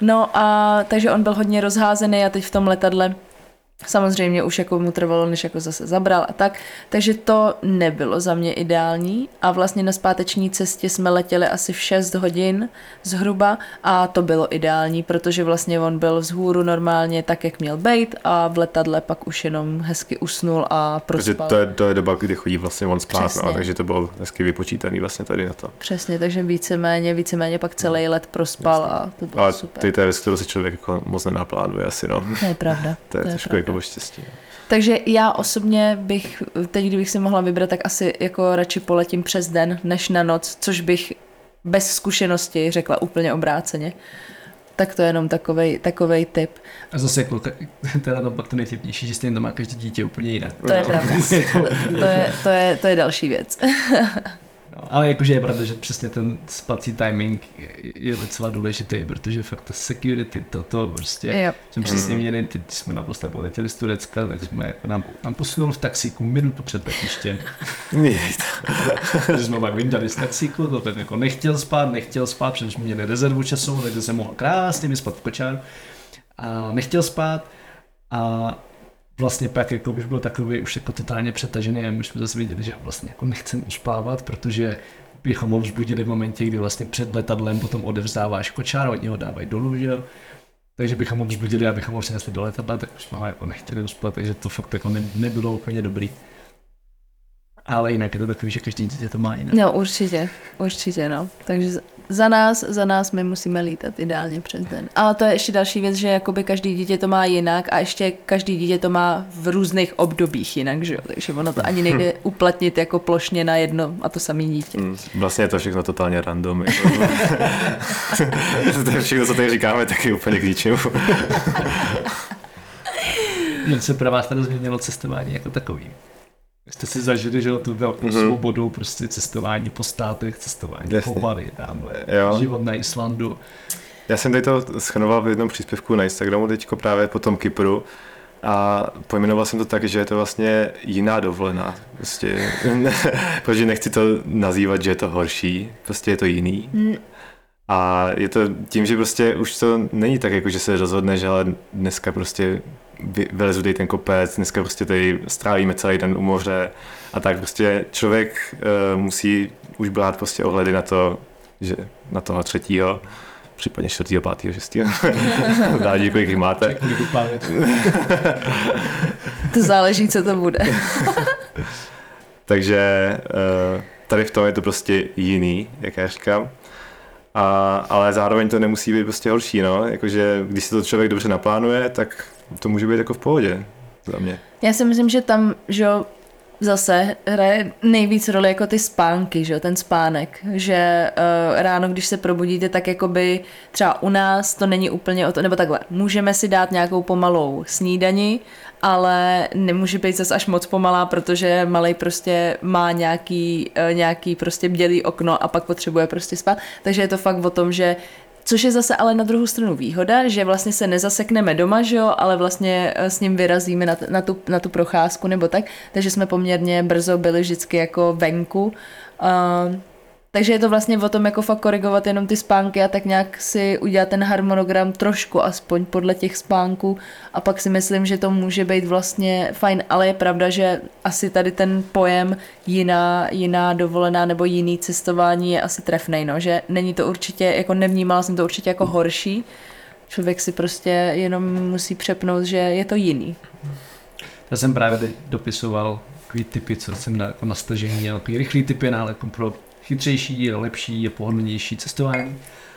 No a takže on byl hodně rozházený a teď v tom letadle samozřejmě už jako mu trvalo, než jako zase zabral a tak, takže to nebylo za mě ideální a vlastně na zpáteční cestě jsme letěli asi v 6 hodin zhruba a to bylo ideální, protože vlastně on byl vzhůru normálně tak, jak měl být a v letadle pak už jenom hezky usnul a prospal. Takže to je doba, kdy chodí vlastně on spát, no, takže to bylo hezky vypočítaný vlastně tady na to. Přesně, takže víceméně pak celý let prospal a to bylo ale super. to je věc, kterou si člověk jako moc nenaplánuje asi, no. To je pravda. To je trošku jako štěstí. Takže já osobně bych, teď kdybych si mohla vybrat, tak asi jako radši poletím přes den, než na noc, což bych bez zkušenosti řekla úplně obráceně. Tak to je jenom takovej tip. A zase jako, teda to pak to nejtypnější, že stejně to má každé dítě úplně jinak. To je pravda. To je další věc. No, ale jakože je pravda, že přesně ten spací timing je docela důležitý, protože fakt ta security, to prostě, jsme přesně měli, teď jsme naposledy poletěli z Turecka, tak jsme jako nám posunul v taxíku minutu před letištěm. Že jsme pak vyndali z taxíku, to ten jako nechtěl spát, protože jsme měli rezervu časovou, takže se mohl krásně vyspat v kočáru a nechtěl spát a vlastně pak jako už byl takový už jako totálně přetažený a my jsme zase viděli, že vlastně jako nechceme uspávat, protože bychom ho vzbudili v momentě, kdy vlastně před letadlem potom odevzdáváš kočár, od něho dávají dolů, že jo. Takže bychom ho vzbudili, abychom ho přinesli do letadla, tak už jsme ho jako nechtěli uspat, takže to fakt jako nebylo úplně dobrý. Ale jinak je to takový, že každý dítě to má jinak. No určitě no. Takže za nás my musíme lítat ideálně přes den. Ale to je ještě další věc, že jakoby každý dítě to má jinak a ještě každý dítě to má v různých obdobích jinak, že jo. Takže ono to ani nejde uplatnit jako plošně na jedno a to samé dítě. Vlastně je to všechno totálně random. To je všechno, co tady říkáme, taky úplně k ničemu. Jak se pro vás tady změnilo cestování jako takový? Jste si zažili, že tu velkou svobodu, prostě cestování po státech, cestování po Bali, tamhle, život na Islandu. Já jsem tady to shrnoval v jednom příspěvku na Instagramu teďko právě po tom Kypru a pojmenoval jsem to tak, že je to vlastně jiná dovolená. Prostě, protože nechci to nazývat, že je to horší, prostě je to jiný. A je to tím, že prostě už to není tak, jako že se rozhodne, že ale dneska prostě vylezu tady ten kopec, dneska prostě tady strávíme celý den u moře a tak prostě člověk musí už brát prostě ohledy na to, že na toho 3., případně 4., 5., 6. Záleží, kolik jich máte. To záleží, co to bude. Takže tady v tom je to prostě jiný, jak já říkám. Ale zároveň to nemusí být prostě horší, no. Jakože když si to člověk dobře naplánuje, tak to může být jako v pohodě za mě. Já si myslím, že tam, že zase hraje nejvíc roli jako ty spánky, že ten spánek, že ráno, když se probudíte, tak jakoby třeba u nás to není úplně o to, nebo takhle, můžeme si dát nějakou pomalou snídani, ale nemůže být zase až moc pomalá, protože malej prostě má nějaký prostě bdělý okno a pak potřebuje prostě spát, takže je to fakt o tom, že což je zase ale na druhou stranu výhoda, že vlastně se nezasekneme doma, že jo, ale vlastně s ním vyrazíme na tu procházku nebo tak, takže jsme poměrně brzo byli vždycky jako venku. Takže je to vlastně o tom jako fakt korigovat jenom ty spánky a tak nějak si udělat ten harmonogram trošku aspoň podle těch spánků a pak si myslím, že to může být vlastně fajn, ale je pravda, že asi tady ten pojem jiná dovolená nebo jiný cestování je asi trefnej, no, že není to určitě, jako nevnímala jsem to určitě jako horší, člověk si prostě jenom musí přepnout, že je to jiný. Já jsem právě dopisoval takový typy, co jsem jako na stažení, takový rychlý typy, ale jako pro chytřejší, lepší, je pohodlnější cestování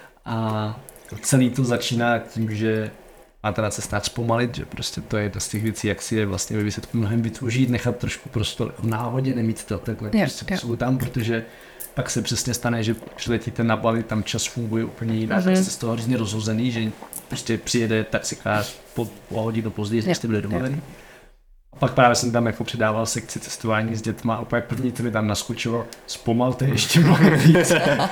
a celý to začíná tím, že máte na cestách zpomalit, že prostě to je jedna z těch věcí, jak si je vlastně ve výsledku mnohem vytvořit, nechat trošku prostor v náhodě, nemít to takhle prostě tam, protože pak se přesně stane, že přiletíte na Bali, tam čas funguje úplně jinak, jste z toho hrozně rozhozený, že prostě přijede taxikář po hodinu později, než jste byli domluvený. A pak právě jsem tam jako předával sekci cestování s dětma a opět první to mi tam naskočilo, zpomalte ještě mnohem víc.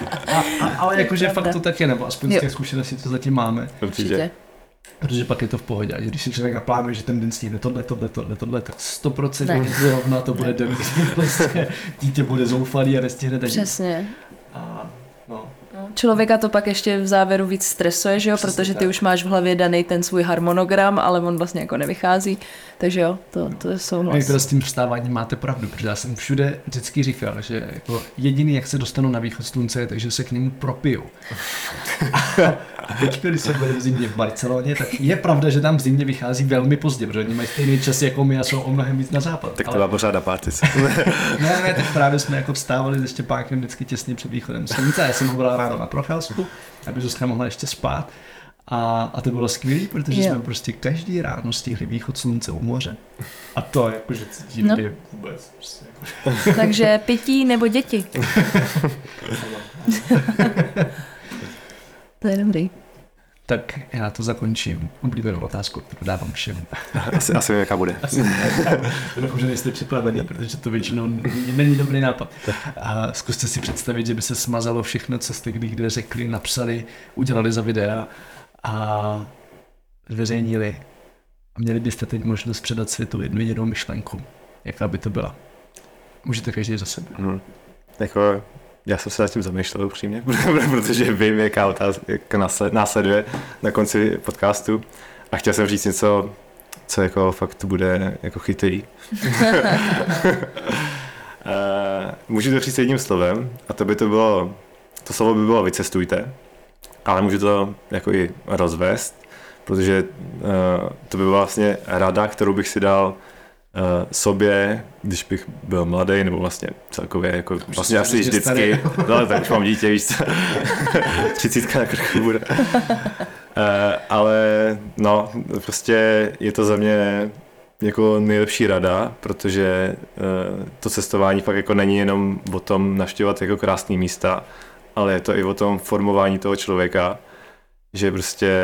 Ale jakože fakt to tak je, nebo aspoň z těch zkušeností, co zatím máme. Určitě. Protože pak je to v pohodě. Když si člověk naplánuje, že ten den sníde tohle, tak 100% zrovna to bude den, prostě dítě bude zoufalý a nestihne. Přesně. No. člověka to pak ještě v závěru víc stresuje, že jo, protože ty už máš v hlavě daný ten svůj harmonogram, ale on vlastně jako nevychází, takže jo, to je souhlas. Někdo s tím vstáváním máte pravdu, protože já jsem všude vždycky říkal, že jako jediný, jak se dostanu na východ slunce, je takže se k němu propiju. A teď, když jsem byl v zimě v Barceloně, tak je pravda, že tam v zimě vychází velmi pozdě, protože oni mají stejný čas jako my a jsou o mnohem víc na západ. Tak to byla pořád na párty. Ne, tak právě jsme jako vstávali se Štěpánkem vždycky těsně před východem slunce. Já jsem ho byla ráno na procházku, aby Zuzka mohla ještě spát. A to bylo skvělé, protože jsme prostě každý ráno stihli východ slunce u moře. A to jakože cítím vůbec. Prostě, jako. Takže pití nebo děti? To je dobrý. Tak já to zakončím. Oblíbenou otázku, kterou dávám všem. Asi jaká bude. Doufám, že nejste připravený, protože to většinou není dobrý nápad. A zkuste si představit, že by se smazalo všechno, co jste kdy řekli, napsali, udělali za videa a zveřejnili. A měli byste teď možnost předat světu jednu jedinou myšlenku. Jaká by to byla? Můžete každý za sebe. Jako, já jsem se nad tím zamýšlel upřímně, protože vím, jaká otázka následuje na konci podcastu a chtěl jsem říct něco, co jako fakt bude jako chytrý. Můžu to říct jedním slovem a to slovo by bylo vycestujte, ale můžu to jako i rozvést, protože to by byla vlastně rada, kterou bych si dal sobě, když bych byl mladý, nebo vlastně celkově, jako vlastně asi vždycky, no, tak už mám dítě, víš co, 30 na krku bude. Ale no, prostě je to za mě jako nejlepší rada, protože to cestování fakt jako není jenom o tom navštěvovat jako krásné místa, ale je to i o tom formování toho člověka, že prostě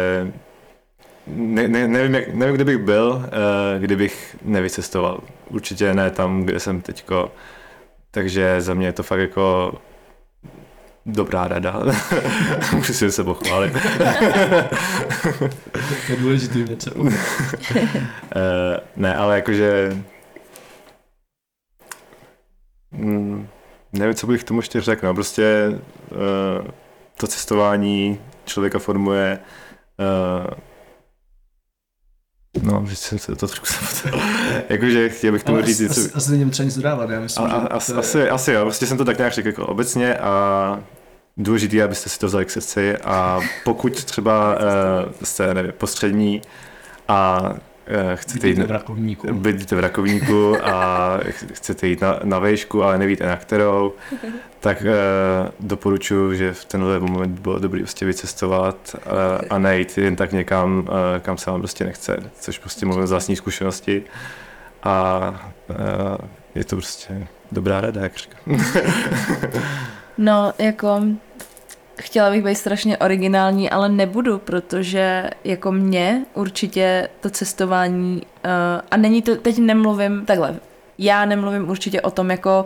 nevím, kde bych byl, kdybych nevycestoval. Určitě ne tam, kde jsem teďko. Takže za mě je to fakt jako dobrá rada. Musím se pochválit. To je důležitý věc. Ne, ale jakože nevím, co bych tomu ještě řekl. No. Prostě to cestování člověka formuje. No, že se to trošku jakože chtěl bych tomu říct něco. Asi není třeba nic dodávat, já myslím, asi jo, prostě jsem to tak nějak řekl jako obecně a důležité, abyste si to vzali k srdci a pokud třeba jste, nevím, postřední a chcete jít bydlíte v Rakovníku a chcete jít na vejšku, ale nevíte na kterou, tak doporučuji, že v tenhle moment bylo dobré prostě vycestovat a nejít jen tak někam, kam se vám prostě nechce, což prostě mluvím z vlastní zkušenosti a je to prostě dobrá rada, jak říkám. No, jako chtěla bych být strašně originální, ale nebudu, protože jako mě určitě to cestování, a není to, teď nemluvím, takhle, já nemluvím určitě o tom jako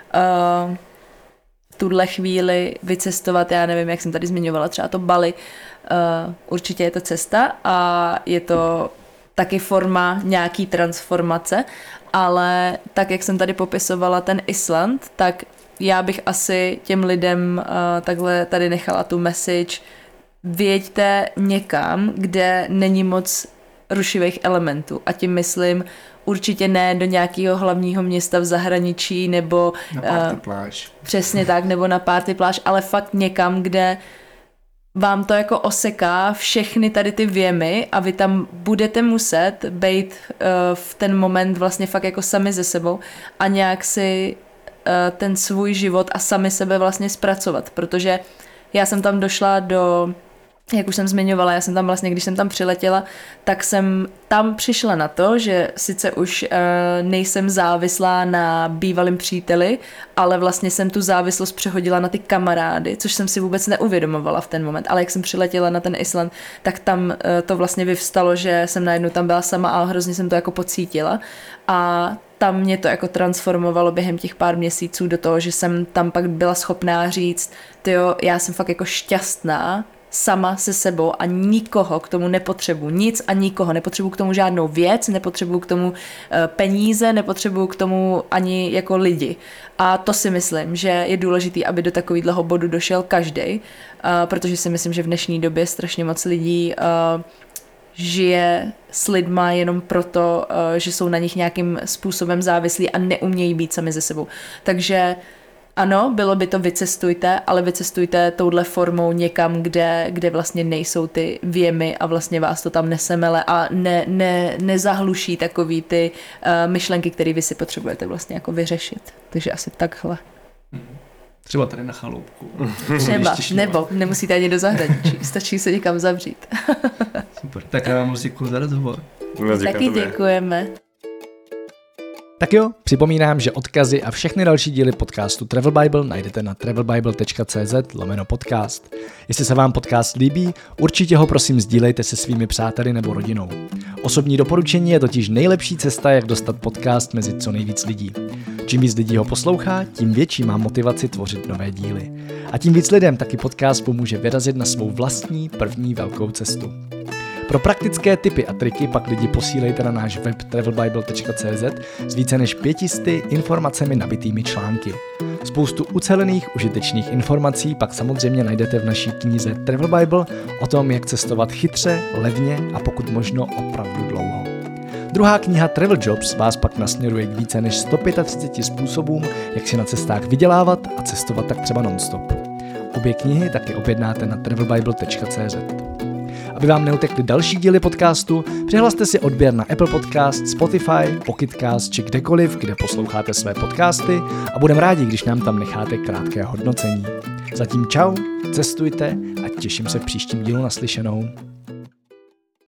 tuhle chvíli vycestovat, já nevím, jak jsem tady zmiňovala, třeba to Bali, určitě je to cesta a je to taky forma nějaký transformace, ale tak, jak jsem tady popisovala ten Island, tak já bych asi těm lidem takhle tady nechala tu message, vyjeďte někam, kde není moc rušivých elementů a tím myslím určitě ne do nějakého hlavního města v zahraničí nebo na party pláž. Přesně tak, nebo na party pláž, ale fakt někam, kde vám to jako oseká všechny tady ty věmy a vy tam budete muset být v ten moment vlastně fakt jako sami ze sebou a nějak si ten svůj život a sami sebe vlastně zpracovat, protože já jsem tam došla do, jak už jsem zmiňovala, já jsem tam vlastně, když jsem tam přiletěla, tak jsem tam přišla na to, že sice už nejsem závislá na bývalým příteli, ale vlastně jsem tu závislost přehodila na ty kamarády, což jsem si vůbec neuvědomovala v ten moment, ale jak jsem přiletěla na ten Island, tak tam to vlastně vyvstalo, že jsem najednou tam byla sama a hrozně jsem to jako pocítila a tam mě to jako transformovalo během těch pár měsíců do toho, že jsem tam pak byla schopná říct, tyjo, já jsem fakt jako šťastná sama se sebou a nikoho k tomu nepotřebuji. Nic a nikoho. Nepotřebuji k tomu žádnou věc, nepotřebuji k tomu peníze, nepotřebuji k tomu ani jako lidi. A to si myslím, že je důležitý, aby do takového bodu došel každej, protože si myslím, že v dnešní době strašně moc lidí žije s lidma jenom proto, že jsou na nich nějakým způsobem závislí a neumějí být sami ze sebou. Takže ano, bylo by to vycestujte, ale vycestujte touhle formou někam, kde vlastně nejsou ty věmy a vlastně vás to tam nesemele a nezahluší takový ty myšlenky, které vy si potřebujete vlastně jako vyřešit. Takže asi takhle. Třeba tady na chaloupku. Třeba, nebo nemusíte ani do zahraničí, stačí se někam zavřít. Super, tak já vám moc děkuji za rozhovor. Taky děkujeme. Tak jo, připomínám, že odkazy a všechny další díly podcastu Travel Bible najdete na travelbible.cz/podcast. Jestli se vám podcast líbí, určitě ho prosím sdílejte se svými přáteli nebo rodinou. Osobní doporučení je totiž nejlepší cesta, jak dostat podcast mezi co nejvíc lidí. Čím víc lidí ho poslouchá, tím větší má motivaci tvořit nové díly. A tím víc lidem taky podcast pomůže vyrazit na svou vlastní první velkou cestu. Pro praktické tipy a triky pak lidi posílejte na náš web travelbible.cz s více než 500 informacemi nabitými články. Spoustu ucelených, užitečných informací pak samozřejmě najdete v naší knize Travel Bible o tom, jak cestovat chytře, levně a pokud možno opravdu dlouho. Druhá kniha Travel Jobs vás pak nasměruje k více než 135 způsobům, jak si na cestách vydělávat a cestovat tak třeba non-stop. Obě knihy taky objednáte na travelbible.cz. Aby vám neutekly další díly podcastu, přihlaste si odběr na Apple Podcast, Spotify, Pocketcast či kdekoliv, kde posloucháte své podcasty a budeme rádi, když nám tam necháte krátké hodnocení. Zatím čau, cestujte a těším se v příštím dílu naslyšenou.